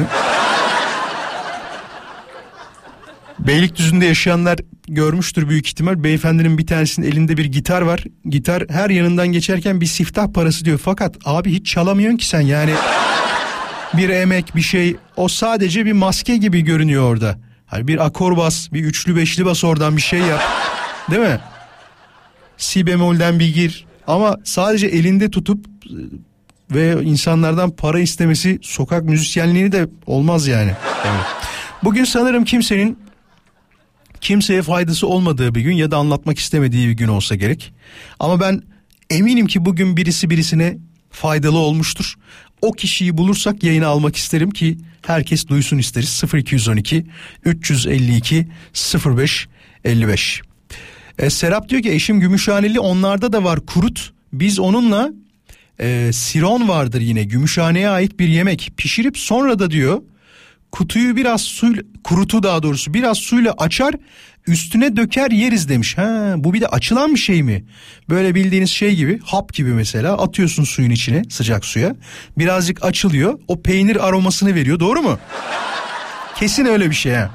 Beylikdüzü'nde yaşayanlar görmüştür büyük ihtimal. Beyefendinin bir tanesinin elinde bir gitar var. Gitar her yanından geçerken bir siftah parası diyor. Fakat abi hiç çalamıyorsun ki sen yani. Bir emek, bir şey. O sadece bir maske gibi görünüyor orada. Hani bir akor bas, bir üçlü beşli bas, oradan bir şey yap. Değil mi? Si bemolden bir gir. Ama sadece elinde tutup ve insanlardan para istemesi sokak müzisyenliğini de olmaz yani. Evet. Bugün sanırım kimseye faydası olmadığı bir gün ya da anlatmak istemediği bir gün olsa gerek. Ama ben eminim ki bugün birisi birisine faydalı olmuştur. O kişiyi bulursak yayına almak isterim ki herkes duysun isteriz. 0212 352 0555. Serap diyor ki eşim Gümüşhaneli, onlarda da var kurut. Biz onunla siron vardır yine, Gümüşhane'ye ait bir yemek pişirip sonra da diyor kutuyu biraz suyla, kurutu daha doğrusu biraz suyla açar, üstüne döker yeriz demiş. Ha, bu bir de açılan bir şey mi? Böyle bildiğiniz şey gibi, hap gibi mesela, atıyorsun suyun içine, sıcak suya. Birazcık açılıyor, o peynir aromasını veriyor, doğru mu? Kesin öyle bir şey ha.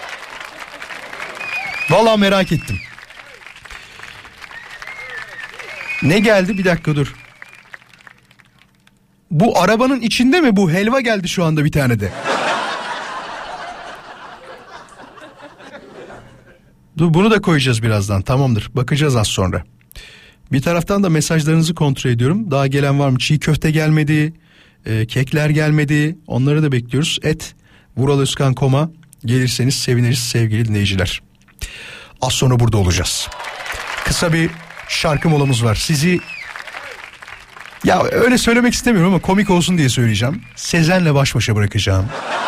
Vallahi merak ettim. Ne geldi, bir dakika dur. Bu arabanın içinde mi bu? Helva geldi şu anda bir tane de. Dur, bunu da koyacağız birazdan. Tamamdır. Bakacağız az sonra. Bir taraftan da mesajlarınızı kontrol ediyorum. Daha gelen var mı? Çiğ köfte gelmedi. Kekler gelmedi. Onları da bekliyoruz. @vuralozkan.com'a gelirseniz seviniriz sevgili dinleyiciler. Az sonra burada olacağız. Kısa bir şarkı molamız var. Sizi, ya öyle söylemek istemiyorum ama komik olsun diye söyleyeceğim. Sezen'le baş başa bırakacağım.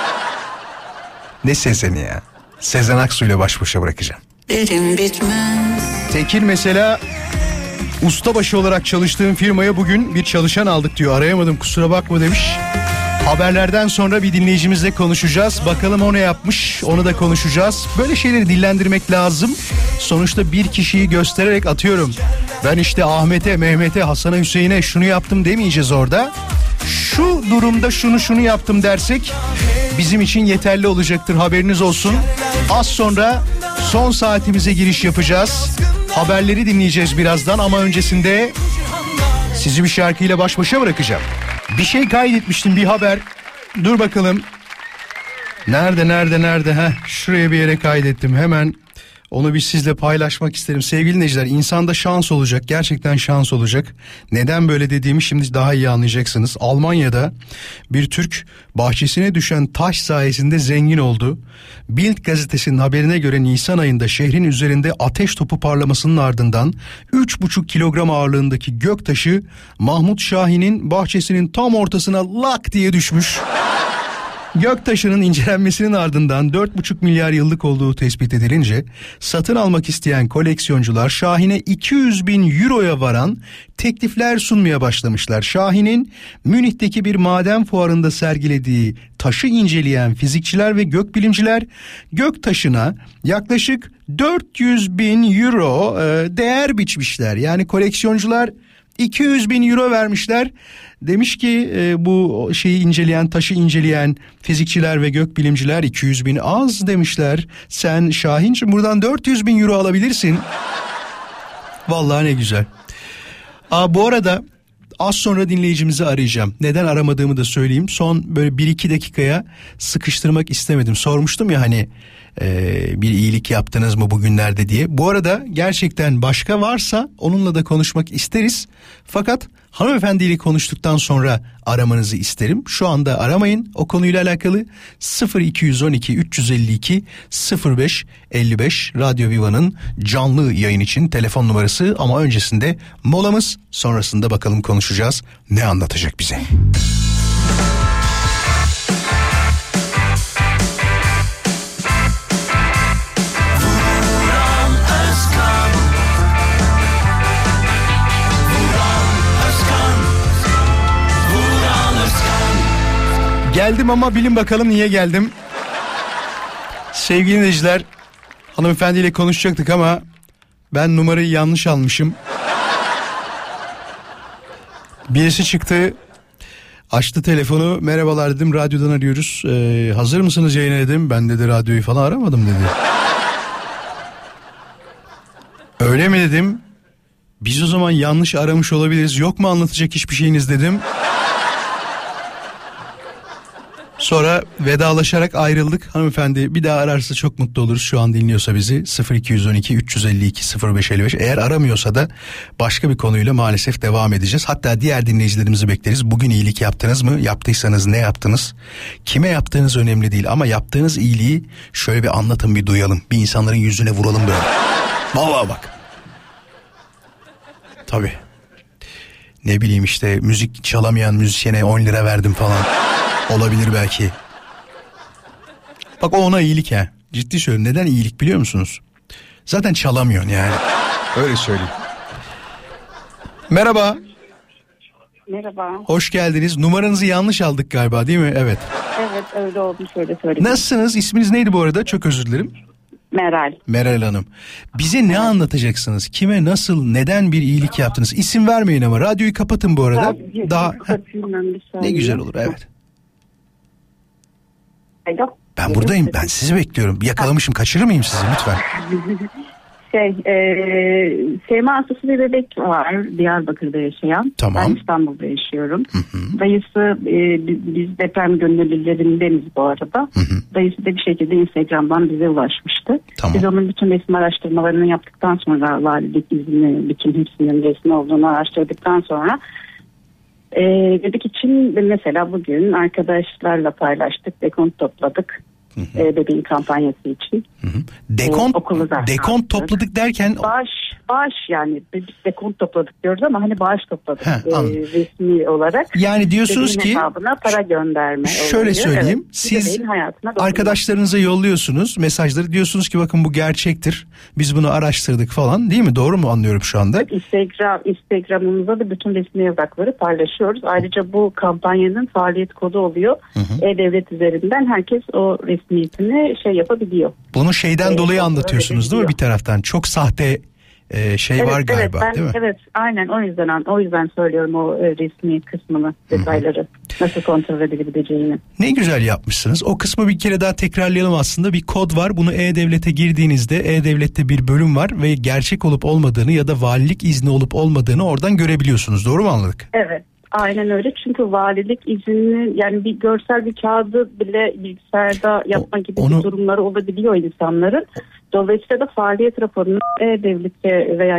Ne Sezen'i ya? Sezen Aksu'yla baş başa bırakacağım. Tekil mesela ustabaşı olarak çalıştığım firmaya bugün bir çalışan aldık diyor. Arayamadım kusura bakma demiş. Haberlerden sonra bir dinleyicimizle konuşacağız. Bakalım o ne yapmış, onu da konuşacağız. Böyle şeyleri dillendirmek lazım. Sonuçta bir kişiyi göstererek atıyorum. Ben işte Ahmet'e, Mehmet'e, Hasan'a, Hüseyin'e şunu yaptım demeyeceğiz orada. Şu durumda şunu yaptım dersek bizim için yeterli olacaktır, haberiniz olsun. Az sonra son saatimize giriş yapacağız. Haberleri dinleyeceğiz birazdan ama öncesinde sizi bir şarkıyla baş başa bırakacağım. Bir şey kaydetmiştim, bir haber. Dur bakalım. Nerede? Şuraya bir yere kaydettim. Hemen onu bir sizle paylaşmak isterim. Sevgili dinleyiciler, insanda şans olacak. Gerçekten şans olacak. Neden böyle dediğimi şimdi daha iyi anlayacaksınız. Almanya'da bir Türk bahçesine düşen taş sayesinde zengin oldu. Bild gazetesinin haberine göre Nisan ayında şehrin üzerinde ateş topu parlamasının ardından 3,5 kilogram ağırlığındaki göktaşı Mahmut Şahin'in bahçesinin tam ortasına lak diye düşmüş. Göktaşı'nın incelenmesinin ardından 4,5 milyar yıllık olduğu tespit edilince satın almak isteyen koleksiyoncular Şahin'e 200 bin euroya varan teklifler sunmaya başlamışlar. Şahin'in Münih'teki bir maden fuarında sergilediği taşı inceleyen fizikçiler ve gökbilimciler Göktaşı'na yaklaşık 400 bin euro değer biçmişler. Yani koleksiyoncular 200 bin euro vermişler. Demiş ki bu şeyi inceleyen, taşı inceleyen fizikçiler ve gökbilimciler 200 bin az demişler. Sen Şahin'cim buradan 400 bin euro alabilirsin. Vallahi ne güzel. Bu arada az sonra dinleyicimizi arayacağım. Neden aramadığımı da söyleyeyim. Son böyle 1-2 dakikaya sıkıştırmak istemedim. Sormuştum ya hani bir iyilik yaptınız mı bugünlerde diye. Bu arada gerçekten başka varsa onunla da konuşmak isteriz. Fakat hanımefendiyle konuştuktan sonra aramanızı isterim. Şu anda aramayın o konuyla alakalı. 0212 352 05 55 Radyo Viva'nın canlı yayın için telefon numarası. Ama öncesinde molamız, sonrasında bakalım konuşacağız. Ne anlatacak bize? Geldim ama bilin bakalım niye geldim. Sevgili dinleyiciler, hanımefendiyle konuşacaktık ama ben numarayı yanlış almışım. Birisi çıktı, açtı telefonu, merhabalar dedim, radyodan arıyoruz. Hazır mısınız yayına dedim. Ben dedi radyoyu falan aramadım dedi. Öyle mi dedim. Biz o zaman yanlış aramış olabiliriz. Yok mu anlatacak hiçbir şeyiniz dedim. Sonra vedalaşarak ayrıldık. Hanımefendi bir daha ararsa çok mutlu oluruz. Şu an dinliyorsa bizi 0212 352 0555. Eğer aramıyorsa da başka bir konuyla maalesef devam edeceğiz. Hatta diğer dinleyicilerimizi bekleriz. Bugün iyilik yaptınız mı? Yaptıysanız ne yaptınız? Kime yaptığınız önemli değil ama yaptığınız iyiliği şöyle bir anlatın, bir duyalım. Bir insanların yüzüne vuralım böyle. Vallahi bak. Tabii. Ne bileyim işte müzik çalamayan müzisyene 10 lira verdim falan. Olabilir belki. Bak o ona iyilik ha. Ciddi söylüyorum. Neden iyilik biliyor musunuz? Zaten çalamıyorsun yani. Öyle söyleyeyim. Merhaba. Merhaba. Hoş geldiniz. Numaranızı yanlış aldık galiba değil mi? Evet. Evet öyle oldu, şöyle söyleyeyim. Nasılsınız? İsminiz neydi bu arada? Çok özür dilerim. Meral. Meral Hanım. Bize ne anlatacaksınız? Kime, nasıl, neden bir iyilik yaptınız? İsim vermeyin ama. Radyoyu kapatın bu arada. Daha ne güzel olur, evet. Alo. Ben buradayım. Ben sizi bekliyorum. Yakalamışım. Kaçırır mıyım sizi lütfen? Sema hastası bir bebek var Diyarbakır'da yaşayan. Tamam. Ben İstanbul'da yaşıyorum. Dayısı biz deprem gönüllülerindeniz bu arada. Dayısı da bir şekilde Instagram'dan bize ulaşmıştı. Tamam. Biz onun bütün resim araştırmalarını yaptıktan sonra valilik izni, bütün hepsinin resmi olduğunu araştırdıktan sonra bebek için mesela bugün arkadaşlarla paylaştık, dekont topladık. Bebeğin kampanyası için. Dekont topladık derken bağış yani biz dekont topladık diyoruz ama hani bağış topladık resmi olarak. Yani diyorsunuz ki hesabına para gönderme. Şöyle oluyor. Söyleyeyim. Evet, siz arkadaşlarınıza yolluyorsunuz mesajları, diyorsunuz ki bakın bu gerçektir. Biz bunu araştırdık falan, değil mi? Doğru mu anlıyorum şu anda? Instagram'ımızda da bütün resmi evrakları paylaşıyoruz. Ayrıca bu kampanyanın faaliyet kodu oluyor. E-Devlet üzerinden herkes o resmiyetini yapabiliyor. Bunu şeyden dolayı anlatıyorsunuz değil mi bir taraftan? Çok sahte var galiba, değil mi? Evet, aynen o yüzden söylüyorum o resmi kısmını, detayları nasıl kontrol edilebileceğini. Ne güzel yapmışsınız. O kısmı bir kere daha tekrarlayalım aslında. Bir kod var. Bunu E-Devlet'e girdiğinizde E-Devlet'te bir bölüm var ve gerçek olup olmadığını ya da valilik izni olup olmadığını oradan görebiliyorsunuz. Doğru mu anladık? Evet. Aynen öyle, çünkü valilik izni yani bir görsel bir kağıdı bile bilgisayarda yapma gibi bir durumları olabiliyor insanların. Dolayısıyla da faaliyet raporunu E-Devlet'e veya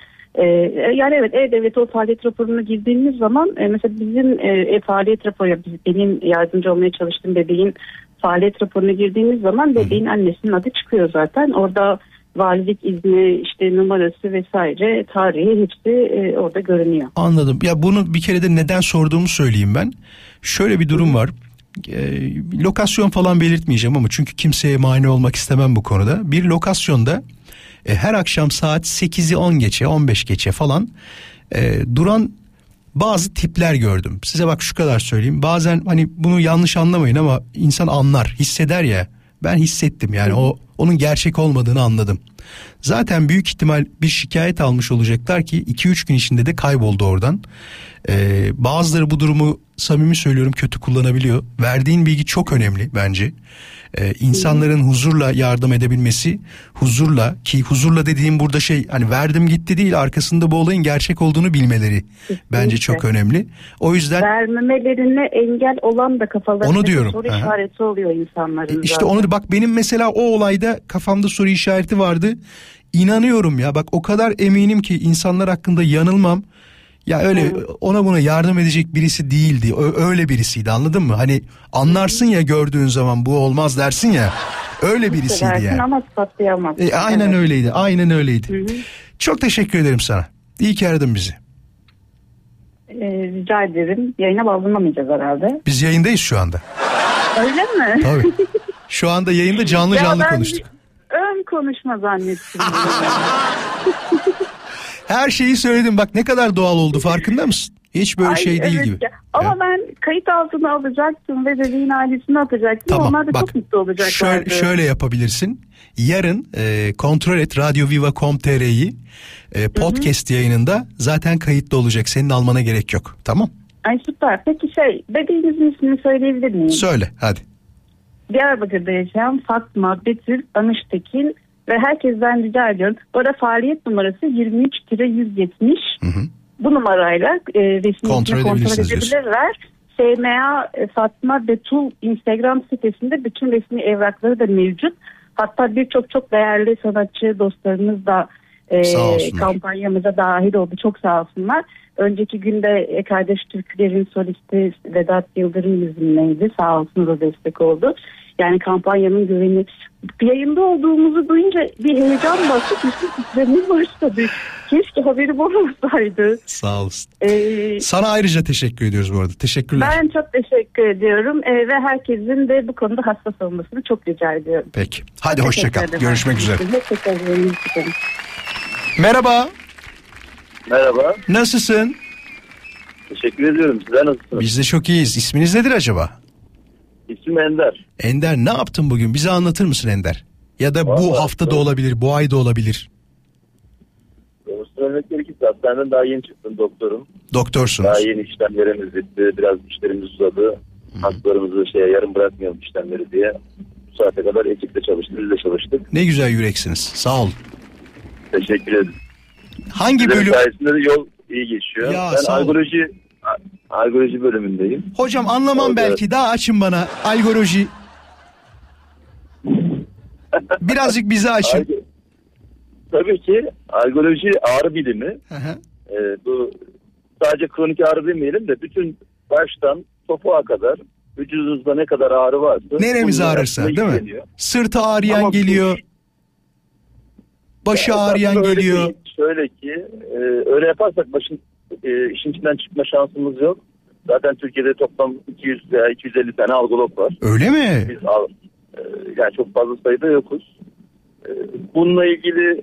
yani evet E-Devlet'e o faaliyet raporunu girdiğimiz zaman mesela bizim faaliyet raporu, benim yardımcı olmaya çalıştığım bebeğin faaliyet raporuna girdiğimiz zaman bebeğin annesinin adı çıkıyor zaten. Orada valilik izni, numarası vesaire, tarihi hepsi orada görünüyor. Anladım. Ya bunu bir kere de neden sorduğumu söyleyeyim ben. Şöyle bir durum var. Lokasyon falan belirtmeyeceğim ama çünkü kimseye mani olmak istemem bu konuda. Bir lokasyonda her akşam saat 8'i 10 geçe 15 geçe falan duran bazı tipler gördüm. Size bak şu kadar söyleyeyim. Bazen hani bunu yanlış anlamayın ama insan anlar, hisseder ya. Ben hissettim yani onun gerçek olmadığını anladım. Zaten büyük ihtimal bir şikayet almış olacaklar ki 2-3 gün içinde de kayboldu oradan. Bazıları bu durumu samimi söylüyorum kötü kullanabiliyor. Verdiğin bilgi çok önemli bence. İnsanların huzurla yardım edebilmesi, huzurla dediğim burada hani verdim gitti değil, arkasında bu olayın gerçek olduğunu bilmeleri bence çok önemli. O yüzden vermemelerine engel olan da kafalarında soru işareti oluyor insanların. İşte onu bak, benim mesela o olayda kafamda soru işareti vardı. İnanıyorum ya, bak o kadar eminim ki insanlar hakkında yanılmam. Ya öyle ona buna yardım edecek birisi değildi. Öyle birisiydi, anladın mı? Hani anlarsın ya, gördüğün zaman bu olmaz dersin ya. Öyle birisiydi yani. Ama ispatlayamaz. Aynen öyleydi. Aynen öyleydi. Hı-hı. Çok teşekkür ederim sana. İyi ki aradın bizi. Rica ederim. Yayına bağlanamayacağız herhalde. Biz yayındayız şu anda. Öyle mi? Tabii. Şu anda yayında canlı konuştuk. Ön konuşma zannettim. Her şeyi söyledim, bak ne kadar doğal oldu, farkında mısın? Hiç böyle değil gibi. Ya. Ama ben kayıt altına alacaktım ve bebeğin ailesini atacaktım. Tamam, onlar da çok mutlu olacaklardı. Şöyle yapabilirsin. Yarın kontrol et radyoviva.com.tr'yi podcast yayınında zaten kayıtlı olacak. Senin almana gerek yok. Tamam. Ay süper. Peki bebeğinizin ismini söyleyebilir miyim? Söyle hadi. Diyarbakır'da yaşayan Fatma Betül Anıştekin ve herkesten rica ediyorum. Orada faaliyet numarası 23-170. Bu numarayla resmi kontrol edebilirler. SMA Fatma Betül Instagram sitesinde bütün resmi evrakları da mevcut. Hatta birçok çok değerli sanatçı dostlarımız da kampanyamıza dahil oldu. Çok sağ olsunlar. Önceki günde Kardeş Türküler'in solisti Vedat Yıldırım bizimleydi. Sağ olsun, da destek oldu. Yani kampanyanın güveni, yayında olduğumuzu duyunca bir heyecan bastı. Bütün titrememiz başladı. Keşke haberim olmasaydı. Sağ olsun. Sana ayrıca teşekkür ediyoruz bu arada. Teşekkürler. Ben çok teşekkür ediyorum. Ve herkesin de bu konuda hassas olmasını çok rica ediyorum. Peki. Hadi hoşça kal. Görüşmek üzere. Hoşçakalın. Merhaba. Merhaba. Nasılsın? Teşekkür ediyorum. Sizler nasılsınız? Biz de çok iyiyiz. İsminiz nedir acaba? İsmim Ender. Ender, ne yaptın bugün? Bize anlatır mısın Ender? Ya da bu hafta da olabilir, bu ay da olabilir. Doğrusu söylemek gerekirse hastaneden daha yeni çıktım, doktorum. Doktorsunuz. Daha yeni işlemlerimiz bitti. Biraz işlerimiz uzadı. Hastalarımızı yarım bırakmayalım işlemleri diye. Bu saate kadar ekiple çalıştık, biz de çalıştık. Ne güzel yüreksiniz. Sağ olun. Teşekkür ederim. Hangi Sizlerin bölüm? sayesinde de yol iyi geçiyor. Ya, ben sağ olun. algoloji bölümündeyim. Hocam anlamam Orada... belki. Daha açın bana. Algoloji. Birazcık bize açın. Tabii ki algoloji ağrı bilimi. Bu sadece kronik ağrı demeyelim de bütün baştan topuğa kadar vücudunuzda ne kadar ağrı varsa. Neremiz ağrırsa değil mi? Geliyor. Sırtı ağrıyan Ama geliyor. Başı ağrıyan geliyor. Değil. Şöyle ki öyle yaparsak işin içinden çıkma şansımız yok. Zaten Türkiye'de toplam 200 veya 250 tane algolog var. Öyle mi? Biz yani çok fazla sayıda yokuz. Bununla ilgili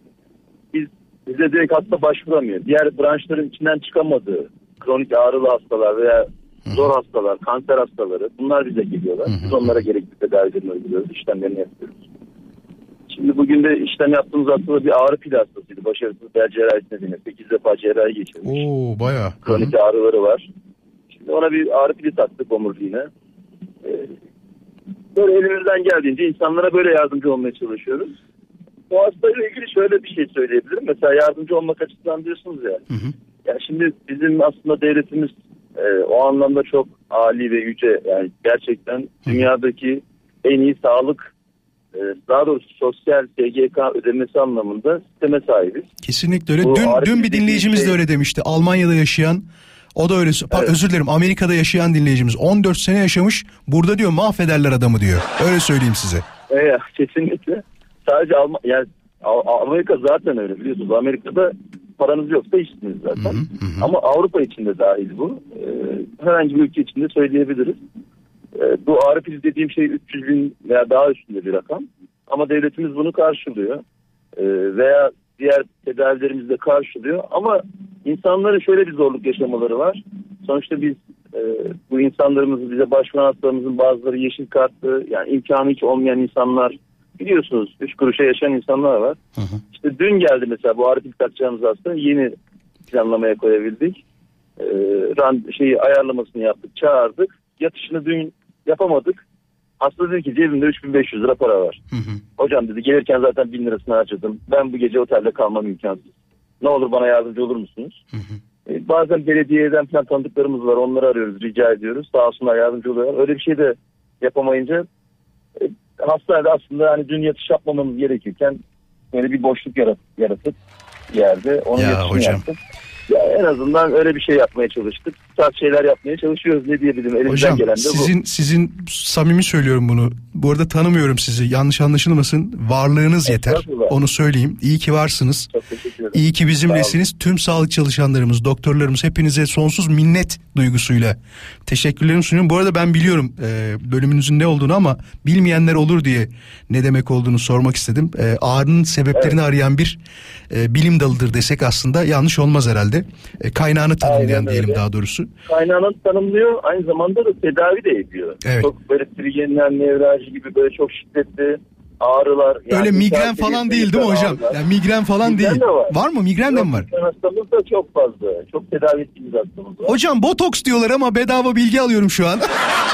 bize direkt hasta başvuramıyor. Diğer branşların içinden çıkamadığı kronik ağrılı hastalar veya zor hastalar, kanser hastaları bunlar bize geliyorlar. Biz onlara gerekli tedavilerini uyguluyoruz, işlemlerini yapıyoruz. Şimdi bugün de işlem yaptığımız hasta bir ağrı pili hastasıydı. Başarısız bel cerrahisi nedeniyle 8 defa cerrahi geçirmiş. Oo, bayağı. Kronik ağrıları var. Şimdi ona bir ağrı pili taktık omuriliğine. Böyle elimizden geldiğince insanlara böyle yardımcı olmaya çalışıyoruz. Bu hastayla ilgili şöyle bir şey söyleyebilirim. Mesela yardımcı olmak açısından diyorsunuz ya. Yani şimdi bizim aslında devletimiz o anlamda çok âli ve yüce. Yani gerçekten dünyadaki en iyi sağlık, daha doğrusu sosyal SGK ödemesi anlamında sisteme sahibiz. Kesinlikle öyle. Dün bir dinleyicimiz de öyle demişti. Almanya'da yaşayan, o da öyle. Evet. Özür dilerim, Amerika'da yaşayan dinleyicimiz 14 sene yaşamış. Burada diyor mahvederler adamı diyor. Öyle söyleyeyim size. Evet, kesinlikle. Sadece yani Amerika zaten öyle biliyorsunuz. Amerika'da paranız yoksa işsiniz zaten. Ama Avrupa için de dahil bu. Herhangi bir ülke için de söyleyebiliriz. Bu ağrı pili dediğim şey 300 bin veya daha üstünde bir rakam. Ama devletimiz bunu karşılıyor. Veya diğer tedavilerimiz de karşılıyor. Ama insanların şöyle bir zorluk yaşamaları var. Sonuçta biz bu insanlarımızı, bize başvuran hastalarımızın bazıları yeşil kartlı, yani imkanı hiç olmayan insanlar, biliyorsunuz 3 kuruşa yaşayan insanlar var. İşte dün geldi mesela bu ağrı pili takacağımız hasta, yeni planlamaya koyabildik. Ayarlamasını yaptık, çağırdık. Yatışını dün yapamadık. Hasta dedi ki cebimde 3.500 lira para var. Hocam dedi, gelirken zaten 1.000 lirasını harcadım. Ben bu gece otelde kalmam imkansız. Ne olur bana yardımcı olur musunuz? Bazen belediyeden falan tanıdıklarımız var. Onları arıyoruz, rica ediyoruz. Sağ olsunlar, yardımcı oluyorlar. Öyle bir şey de yapamayınca hastanede aslında hani dün yatış yapmamamız gerekirken böyle bir boşluk yaratıp yerde onun yatışını yaptık. Ya en azından öyle bir şey yapmaya çalıştık. Bu tarz şeyler yapmaya çalışıyoruz. Ne diyebilirim? Elimizden hocam, gelen de bu. Sizin samimi söylüyorum bunu. Bu arada tanımıyorum sizi. Yanlış anlaşılmasın. Varlığınız yeter. Onu söyleyeyim. İyi ki varsınız. Çok teşekkür ederim. İyi ki bizimlesiniz. Tüm sağlık çalışanlarımız, doktorlarımız, hepinize sonsuz minnet duygusuyla teşekkürlerimi sunuyorum. Bu arada ben biliyorum bölümünüzün ne olduğunu ama bilmeyenler olur diye ne demek olduğunu sormak istedim. Ağrının sebeplerini arayan bir bilim dalıdır desek aslında yanlış olmaz herhalde. Kaynağını tanımlayan diyelim daha doğrusu. Kaynağını tanımlıyor, aynı zamanda da tedavi de ediyor. Evet. Çok böyle trigeminal nevralji gibi böyle çok şiddetli ağrılar. Yani öyle migren falan değil mi hocam? Yani migren falan migren değil. Var mı? Migren de mi var? Hastamız da çok fazla. Çok tedavi ettiğimiz hastamız var. Hocam botoks diyorlar ama bedava bilgi alıyorum şu an.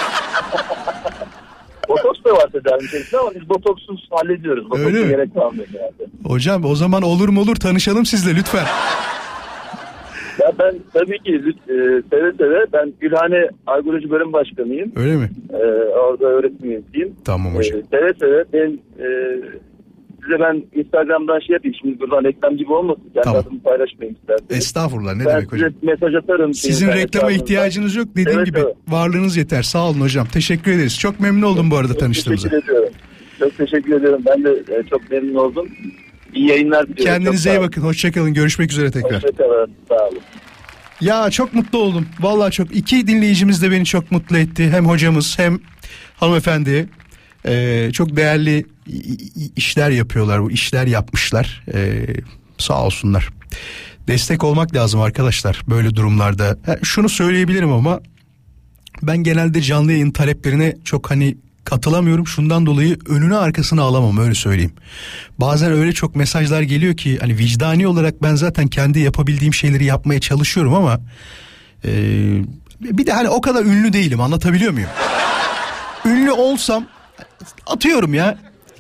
Botoks da var tedavi içerisinde ama biz botoksuz hallediyoruz. Botoksa gerek kalmıyor yani. Hocam o zaman olur mu olur tanışalım sizle lütfen. Ya ben tabii ki seve seve, ben Gülhane Algoloji Bölüm Başkanıyım. Öyle mi? Orada öğretim üyesiyim. Tamam hocam. Seve seve size ben Instagram'dan şey yapayım, şimdi buradan reklam gibi olmasın. Kendi adımı paylaşmayayım isterseniz. Estağfurullah, ne demek hocam. Ben size mesaj atarım. Sizin reklama ihtiyacınız yok, dediğim gibi varlığınız yeter. Sağ olun hocam, teşekkür ederiz. Çok memnun oldum bu arada tanıştığımıza. Teşekkür ediyorum. Çok teşekkür ediyorum. Ben de çok memnun oldum. İyi yayınlar diliyorum. Kendinize iyi bakın. Hoşçakalın. Görüşmek üzere tekrar. Hoşçakalın. Sağ olun. Ya çok mutlu oldum. Vallahi çok. İki dinleyicimiz de beni çok mutlu etti. Hem hocamız hem hanımefendi. Çok değerli işler yapıyorlar. Bu işler yapmışlar. Sağ olsunlar. Destek olmak lazım arkadaşlar böyle durumlarda. Şunu söyleyebilirim ama ben genelde canlı yayın taleplerine çok katılamıyorum. Şundan dolayı önünü arkasını alamam, öyle söyleyeyim. Bazen öyle çok mesajlar geliyor ki vicdani olarak ben zaten kendi yapabildiğim şeyleri yapmaya çalışıyorum ama bir de o kadar ünlü değilim, anlatabiliyor muyum? Ünlü olsam atıyorum ya,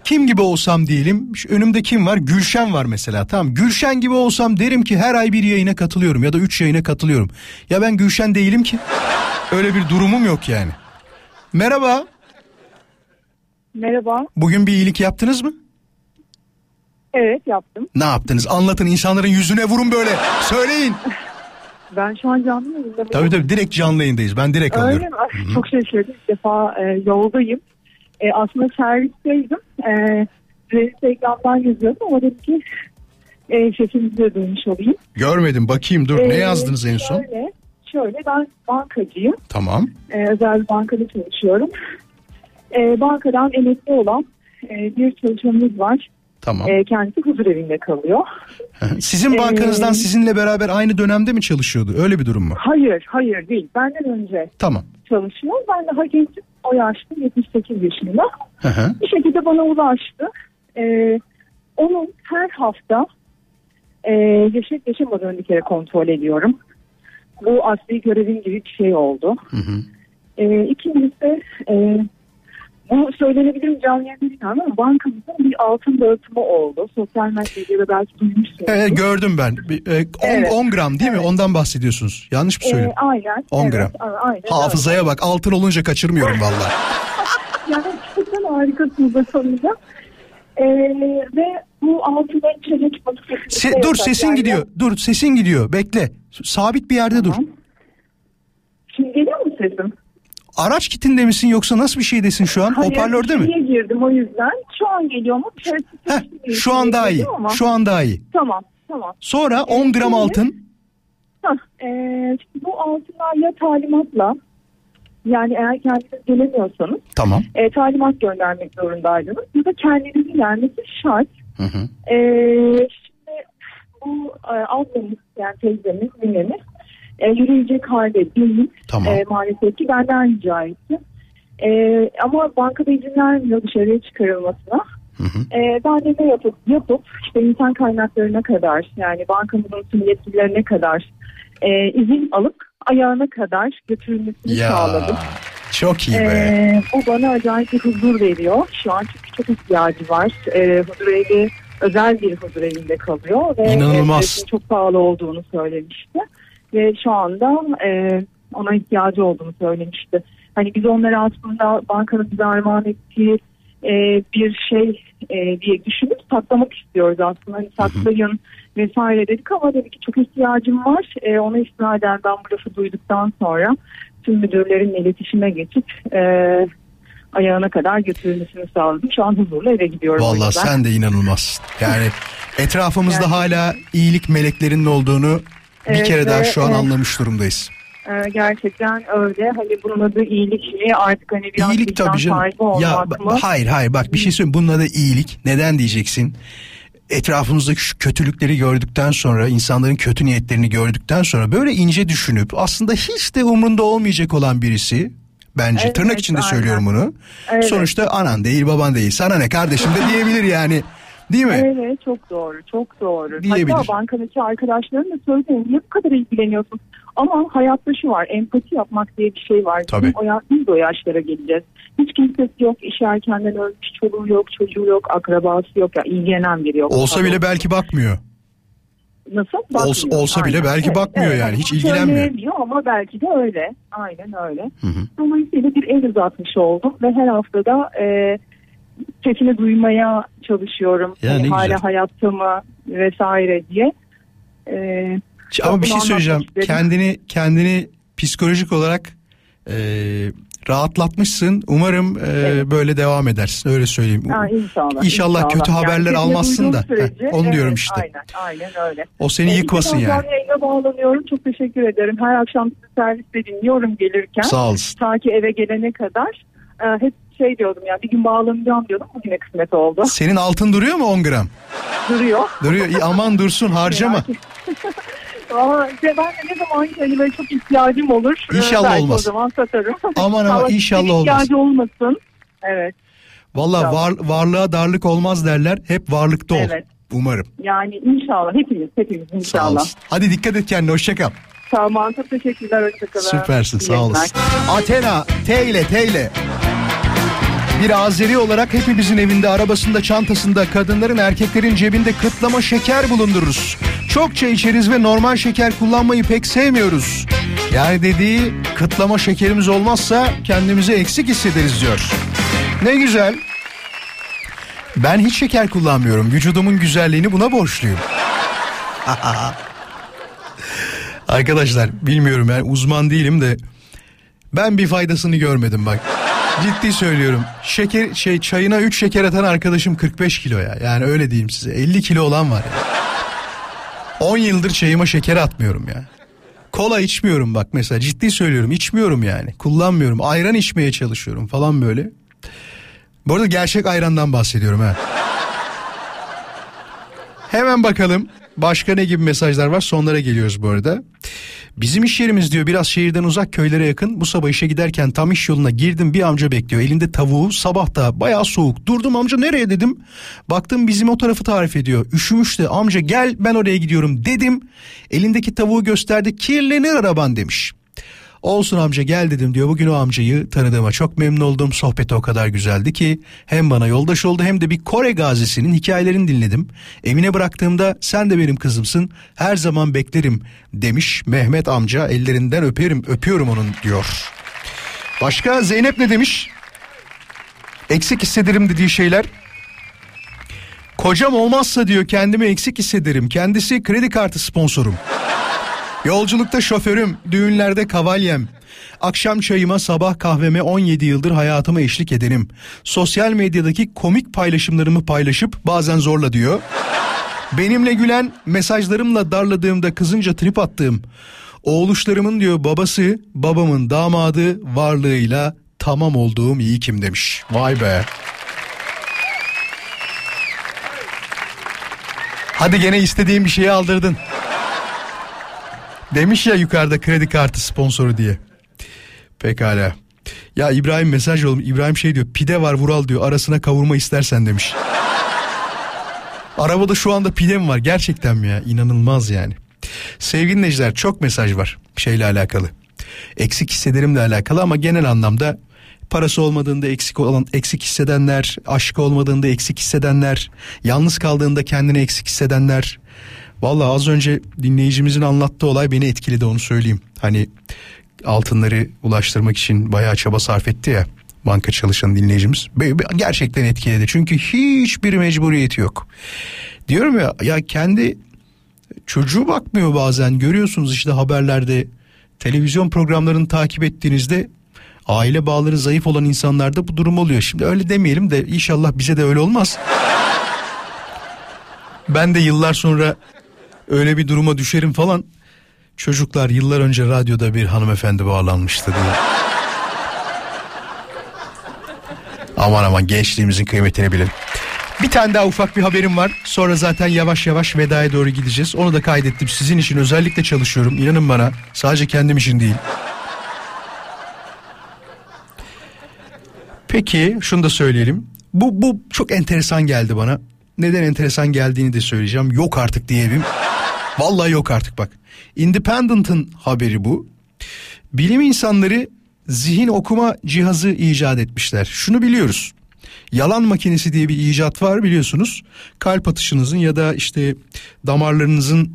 kim gibi olsam diyelim, önümde kim var? Gülşen var mesela, tamam. Gülşen gibi olsam derim ki her ay bir yayına katılıyorum ya da 3 yayına katılıyorum. Ya ben Gülşen değilim ki. Öyle bir durumum yok yani. Merhaba. Merhaba. Bugün bir iyilik yaptınız mı? Evet, yaptım. Ne yaptınız? Anlatın, insanların yüzüne vurun böyle. Söyleyin. Ben şu an canlı yayında. Tabii direkt canlı yayındayız. Ben direkt alıyorum. Öyle mi? Çok şaşırdım. İlk defa yoldayım. Aslında servisteydim. Instagram'dan yazıyordum ama dedim ki sesinizi de duymuş olayım. Görmedim, bakayım dur. Ne yazdınız en son? Şöyle ben bankacıyım. Tamam. Özel bir bankada çalışıyorum. Bankadan emekli olan bir çalışanımız var. Tamam. Kendisi huzurevinde kalıyor. Sizin bankanızdan sizinle beraber aynı dönemde mi çalışıyordu? Öyle bir durum mu? Hayır değil. Benden önce tamam. çalışıyor. Ben daha gençim. O yaşta 78 yaşında. Hı. Bir şekilde bana ulaştı. Onun her hafta yaşayıp yaşamadığını bir kere kontrol ediyorum. Bu asli görevim gibi bir şey oldu. İkincisi bu söylenebilir mi canlı yayında bilmiyorum ama bankamızın bir altın dağıtımı oldu. Sosyal medyada belki duymuşsunuz. Evet, gördüm ben. 10 gram değil mi? Ondan bahsediyorsunuz. Yanlış mı söylüyorum? Aynen. 10 gram. Aynen. Hafızaya bak, altın olunca kaçırmıyorum vallahi. Yani gerçekten harikasınız da sonunda. Ve bu altından içeri çıkmak dur sesin yani. Gidiyor. Dur sesin gidiyor. Bekle. Sabit bir yerde dur. Şimdi geliyor mu sesim? Araç kitinde misin yoksa nasıl bir şeydesin şu an? Hayır, hoparlörde mi? Hayır, girdim o yüzden. Şu an geliyor mu? Şu an daha iyi. Ama. Şu an daha iyi. Tamam. Sonra 10 gram altın. Şimdi bu altınlar ya talimatla, yani eğer kendiniz gelemiyorsanız tamam. Talimat göndermek zorundaydınız. Ya da kendinizi gelmesi şart. Şimdi bu ablamız, yani teyzemiz, ninemiz yürüyecek halde değil. Tamam. Maalesef ki benden rica etti. Ama bankada izin vermiyor dışarıya çıkarılmasına. Ben de ne yapıp işte insan kaynaklarına kadar, yani bankamızın tüm yetkililerine kadar izin alıp ayağına kadar götürülmesini sağladım. Çok iyi be. Bu bana acayip bir huzur veriyor. Şu an çünkü çok ihtiyacı var. Huzurevi özel bir huzurevinde kalıyor. Ve İnanılmaz. Çok pahalı olduğunu söylemişti. Ve şu anda ona ihtiyacı olduğunu söylemişti. Hani biz onları aslında bankanın bize armağan ettiği bir şey diye düşünüp saklamak istiyoruz aslında. Hani saklayın vesaire dedik ama dedik ki çok ihtiyacım var. Ona istinaden ben bu lafı duyduktan sonra tüm müdürlerin iletişime geçip ayağına kadar götürülmesini sağladım. Şu an huzurla eve gidiyorum. Vallahi sen de inanılmaz. Yani etrafımızda yani, hala iyilik meleklerinin olduğunu bir kere daha şu an anlamış durumdayız. Gerçekten öyle. Hani bunun adı iyilik mi? Artık hani biraz iyilik tabii canım. Ya, mı? Hayır bak bir şey söyleyeyim. Bunun adı iyilik. Neden diyeceksin? Etrafımızdaki şu kötülükleri gördükten sonra, insanların kötü niyetlerini gördükten sonra böyle ince düşünüp aslında hiç de umrunda olmayacak olan birisi, bence evet, tırnak içinde söylüyorum bunu. Evet. Sonuçta anan değil, baban değil. Sana ne kardeşim de diyebilir yani. Değil mi? Evet, çok doğru. Diyebilir. Hatta bankadaki arkadaşlarım da söylüyor, niye bu kadar ilgileniyorsun? Ama hayatta şu var, empati yapmak diye bir şey var. Tabii. Biz de o yaşlara geleceğiz. Hiç kimsesi yok, işi erkenden ölmüş, çoluğu yok, çocuğu yok, akrabası yok, ya ilgilenen biri yok. Olsa bile belki bakmıyor. Nasıl? Olsa bile belki bakmıyor yani, hiç ilgilenmiyor. Ama belki de öyle. Aynen öyle. Dolayısıyla bir el uzatmış oldum ve her haftada sesini duymaya çalışıyorum. Yani hala hayatta mı vesaire diye. Ama bir şey söyleyeceğim. Kendini psikolojik olarak rahatlatmışsın. Umarım böyle devam edersin. Öyle söyleyeyim. İnşallah kötü haberler almazsın da. Onu diyorum işte. Aynen öyle. O seni yıkmasın yani. Yayına bağlanıyorum. Çok teşekkür ederim. Her akşam sizi serviste dinliyorum gelirken. Sağ olasın. Ta ki eve gelene kadar. Hep diyordum ya, bir gün bağlanacağım diyordum, bugüne kısmet oldu. Senin altın duruyor mu 10 gram? Duruyor. Aman dursun, harcama. Ben de ne zaman hani böyle çok ihtiyacım olur. İnşallah olmaz. O zaman satarım. Ama inşallah olmaz. İhtiyacı olmasın. Evet. Valla varlığa darlık olmaz derler. Hep varlıkta ol. Evet. Umarım. Yani inşallah hepimiz inşallah. Hadi dikkat et kendine, hoşça kal. Tamam, çok teşekkürler, hoşça kalın. Süpersin, sağ olasın. Athena, T ile. Bir Azeri olarak hepimizin evinde, arabasında, çantasında, kadınların, erkeklerin cebinde kıtlama şeker bulundururuz. Çokça içeriz ve normal şeker kullanmayı pek sevmiyoruz. Yani dediği, kıtlama şekerimiz olmazsa kendimizi eksik hissederiz diyor. Ne güzel. Ben hiç şeker kullanmıyorum. Vücudumun güzelliğini buna borçluyum. Arkadaşlar bilmiyorum, yani uzman değilim de ben bir faydasını görmedim bak. Ciddi söylüyorum. Çayına 3 şeker atan arkadaşım 45 kilo ya. Yani öyle diyeyim size. 50 kilo olan var ya. 10 yıldır çayıma şeker atmıyorum ya. Kola içmiyorum bak mesela, ciddi söylüyorum, içmiyorum yani. Kullanmıyorum. Ayran içmeye çalışıyorum falan böyle. Bu arada gerçek ayrandan bahsediyorum ha. Hemen bakalım başka ne gibi mesajlar var, sonlara geliyoruz bu arada. Bizim iş yerimiz diyor biraz şehirden uzak, köylere yakın. Bu sabah işe giderken tam iş yoluna girdim, bir amca bekliyor. Elinde tavuğu, sabah da bayağı soğuk. Durdum, amca nereye dedim. Baktım bizim o tarafı tarif ediyor. Üşümüş de, amca gel ben oraya gidiyorum dedim. Elindeki tavuğu gösterdi, kirlenir araban demiş. Olsun amca gel dedim diyor. Bugün o amcayı tanıdığıma çok memnun oldum. Sohbeti o kadar güzeldi ki hem bana yoldaş oldu hem de bir Kore gazisinin hikayelerini dinledim. Evine bıraktığımda sen de benim kızımsın, her zaman beklerim demiş Mehmet amca. Ellerinden öpüyorum onun diyor. Başka Zeynep ne demiş? Eksik hissederim dediği şeyler. Kocam olmazsa diyor kendimi eksik hissederim. Kendisi kredi kartı sponsorum. Yolculukta şoförüm, düğünlerde kavalyem. Akşam çayıma, sabah kahveme 17 yıldır hayatıma eşlik edenim. Sosyal medyadaki komik paylaşımlarımı paylaşıp bazen zorla diyor. Benimle gülen, mesajlarımla darladığımda kızınca trip attığım. Oğluşlarımın diyor babası, babamın damadı, varlığıyla tamam olduğum iyi kim demiş. Vay be. Hadi gene istediğim bir şeyi aldırdın. Demiş ya yukarıda kredi kartı sponsoru diye. Pekala. Ya İbrahim mesaj yollamış. İbrahim şey diyor, pide var Vural diyor, arasına kavurma istersen demiş. Arabada şu anda pide mi var gerçekten mi ya? İnanılmaz yani. Sevgili dinleyiciler, çok mesaj var şeyle alakalı. Eksik hissederimle alakalı ama genel anlamda parası olmadığında eksik hissedenler, aşkı olmadığında eksik hissedenler, yalnız kaldığında kendini eksik hissedenler. Vallahi az önce dinleyicimizin anlattığı olay beni etkiledi, onu söyleyeyim. Hani altınları ulaştırmak için bayağı çaba sarf etti ya banka çalışan dinleyicimiz. Gerçekten etkiledi çünkü hiçbir mecburiyeti yok. Diyorum ya kendi çocuğu bakmıyor bazen, görüyorsunuz işte haberlerde, televizyon programlarını takip ettiğinizde aile bağları zayıf olan insanlarda bu durum oluyor. Şimdi öyle demeyelim de inşallah bize de öyle olmaz. Ben de yıllar sonra öyle bir duruma düşerim falan. Çocuklar yıllar önce radyoda bir hanımefendi bağlanmıştı diye. Aman gençliğimizin kıymetini bilin. Bir tane daha ufak bir haberim var. Sonra zaten yavaş yavaş vedaya doğru gideceğiz. Onu da kaydettim. Sizin için özellikle çalışıyorum. İnanın bana. Sadece kendim için değil. Peki şunu da söyleyelim. Bu çok enteresan geldi bana. Neden enteresan geldiğini de söyleyeceğim. Yok artık diyelim. Vallahi yok artık bak. Independent'ın haberi bu. Bilim insanları zihin okuma cihazı icat etmişler. Şunu biliyoruz. Yalan makinesi diye bir icat var biliyorsunuz. Kalp atışınızın ya da işte damarlarınızın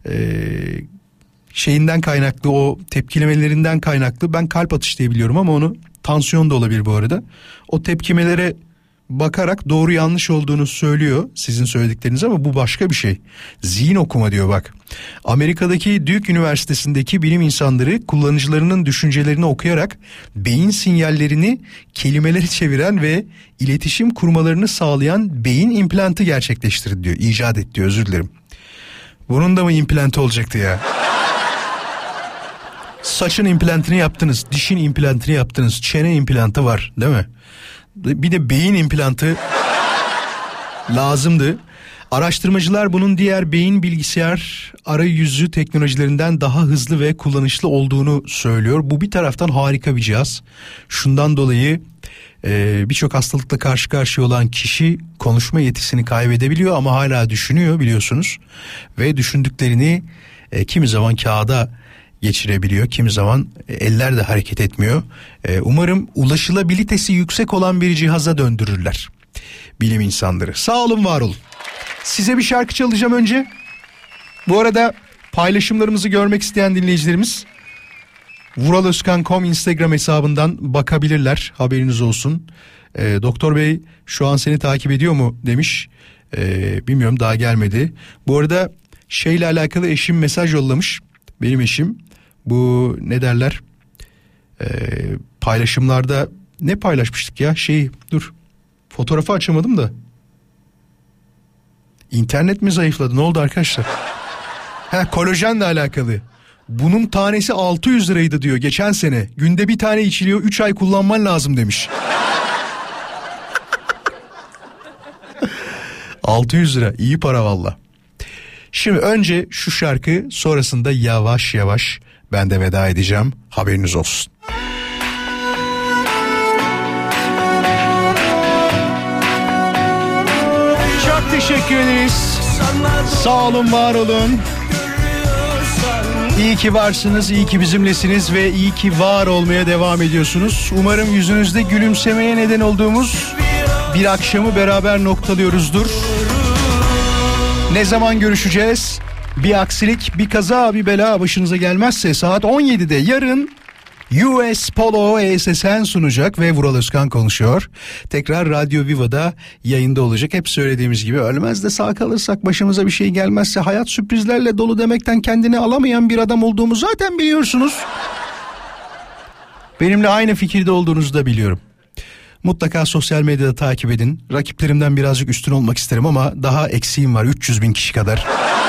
şeyinden kaynaklı, o tepkilemelerinden kaynaklı. Ben kalp atış diye biliyorum ama onu tansiyon da olabilir bu arada. O tepkimelere bakarak doğru yanlış olduğunu söylüyor sizin söyledikleriniz ama bu başka bir şey. Zihin okuma diyor bak. Amerika'daki Duke Üniversitesi'ndeki bilim insanları kullanıcılarının düşüncelerini okuyarak beyin sinyallerini kelimelere çeviren ve iletişim kurmalarını sağlayan beyin implantı gerçekleştirdi diyor. İcat etti diyor, özür dilerim. Bunun da mı implantı olacaktı ya? Saçın implantını yaptınız, dişin implantını yaptınız, çene implantı var değil mi? Bir de beyin implantı lazımdı. Araştırmacılar bunun diğer beyin bilgisayar arayüzü teknolojilerinden daha hızlı ve kullanışlı olduğunu söylüyor. Bu bir taraftan harika bir cihaz. Şundan dolayı birçok hastalıkla karşı karşıya olan kişi konuşma yetisini kaybedebiliyor ama hala düşünüyor biliyorsunuz. Ve düşündüklerini kimi zaman kağıda geçirebiliyor. Kimi zaman eller de hareket etmiyor. Umarım ulaşılabilitesi yüksek olan bir cihaza döndürürler bilim insanları. Sağ olun, var olun. Size bir şarkı çalacağım önce. Bu arada paylaşımlarımızı görmek isteyen dinleyicilerimiz vuraloskan.com Instagram hesabından bakabilirler. Haberiniz olsun. Doktor Bey şu an seni takip ediyor mu demiş. Bilmiyorum, daha gelmedi. Bu arada şeyle alakalı eşim mesaj yollamış. Benim eşim bu ne derler, paylaşımlarda ne paylaşmıştık ya, dur fotoğrafı açamadım da. İnternet mi zayıfladı, ne oldu arkadaşlar? Kolajenle alakalı. Bunun tanesi 600 liraydı diyor geçen sene. Günde bir tane içiliyor, 3 ay kullanman lazım demiş. 600 lira iyi para valla. Şimdi önce şu şarkı, sonrasında yavaş yavaş ben de veda edeceğim. Haberiniz olsun. Çok teşekkür ederiz. Sağ olun, var olun. İyi ki varsınız, iyi ki bizimlesiniz ve iyi ki var olmaya devam ediyorsunuz. Umarım yüzünüzde gülümsemeye neden olduğumuz bir akşamı beraber noktalıyoruzdur. Ne zaman görüşeceğiz? Bir aksilik, bir kaza, bir bela başınıza gelmezse saat 17'de yarın US Polo ESSN sunacak ve Vural Özkan konuşuyor. Tekrar Radyo Viva'da yayında olacak. Hep söylediğimiz gibi, ölmez de sağ kalırsak, başımıza bir şey gelmezse, hayat sürprizlerle dolu demekten kendini alamayan bir adam olduğumu zaten biliyorsunuz. Benimle aynı fikirde olduğunuzu da biliyorum. Mutlaka sosyal medyada takip edin. Rakiplerimden birazcık üstün olmak isterim ama daha eksiğim var, 300.000 kişi kadar.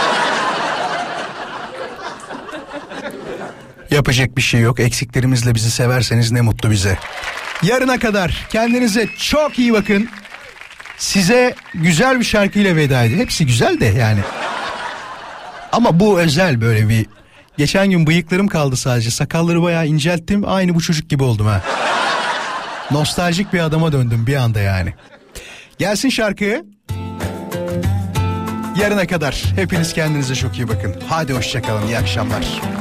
Yapacak bir şey yok. Eksiklerimizle bizi severseniz ne mutlu bize. Yarına kadar kendinize çok iyi bakın. Size güzel bir şarkıyla veda edin. Hepsi güzel de yani. Ama bu özel, böyle bir... Geçen gün bıyıklarım kaldı sadece. Sakalları bayağı incelttim. Aynı bu çocuk gibi oldum ha. Nostaljik bir adama döndüm bir anda yani. Gelsin şarkı. Yarına kadar hepiniz kendinize çok iyi bakın. Hadi hoşça kalın, iyi akşamlar.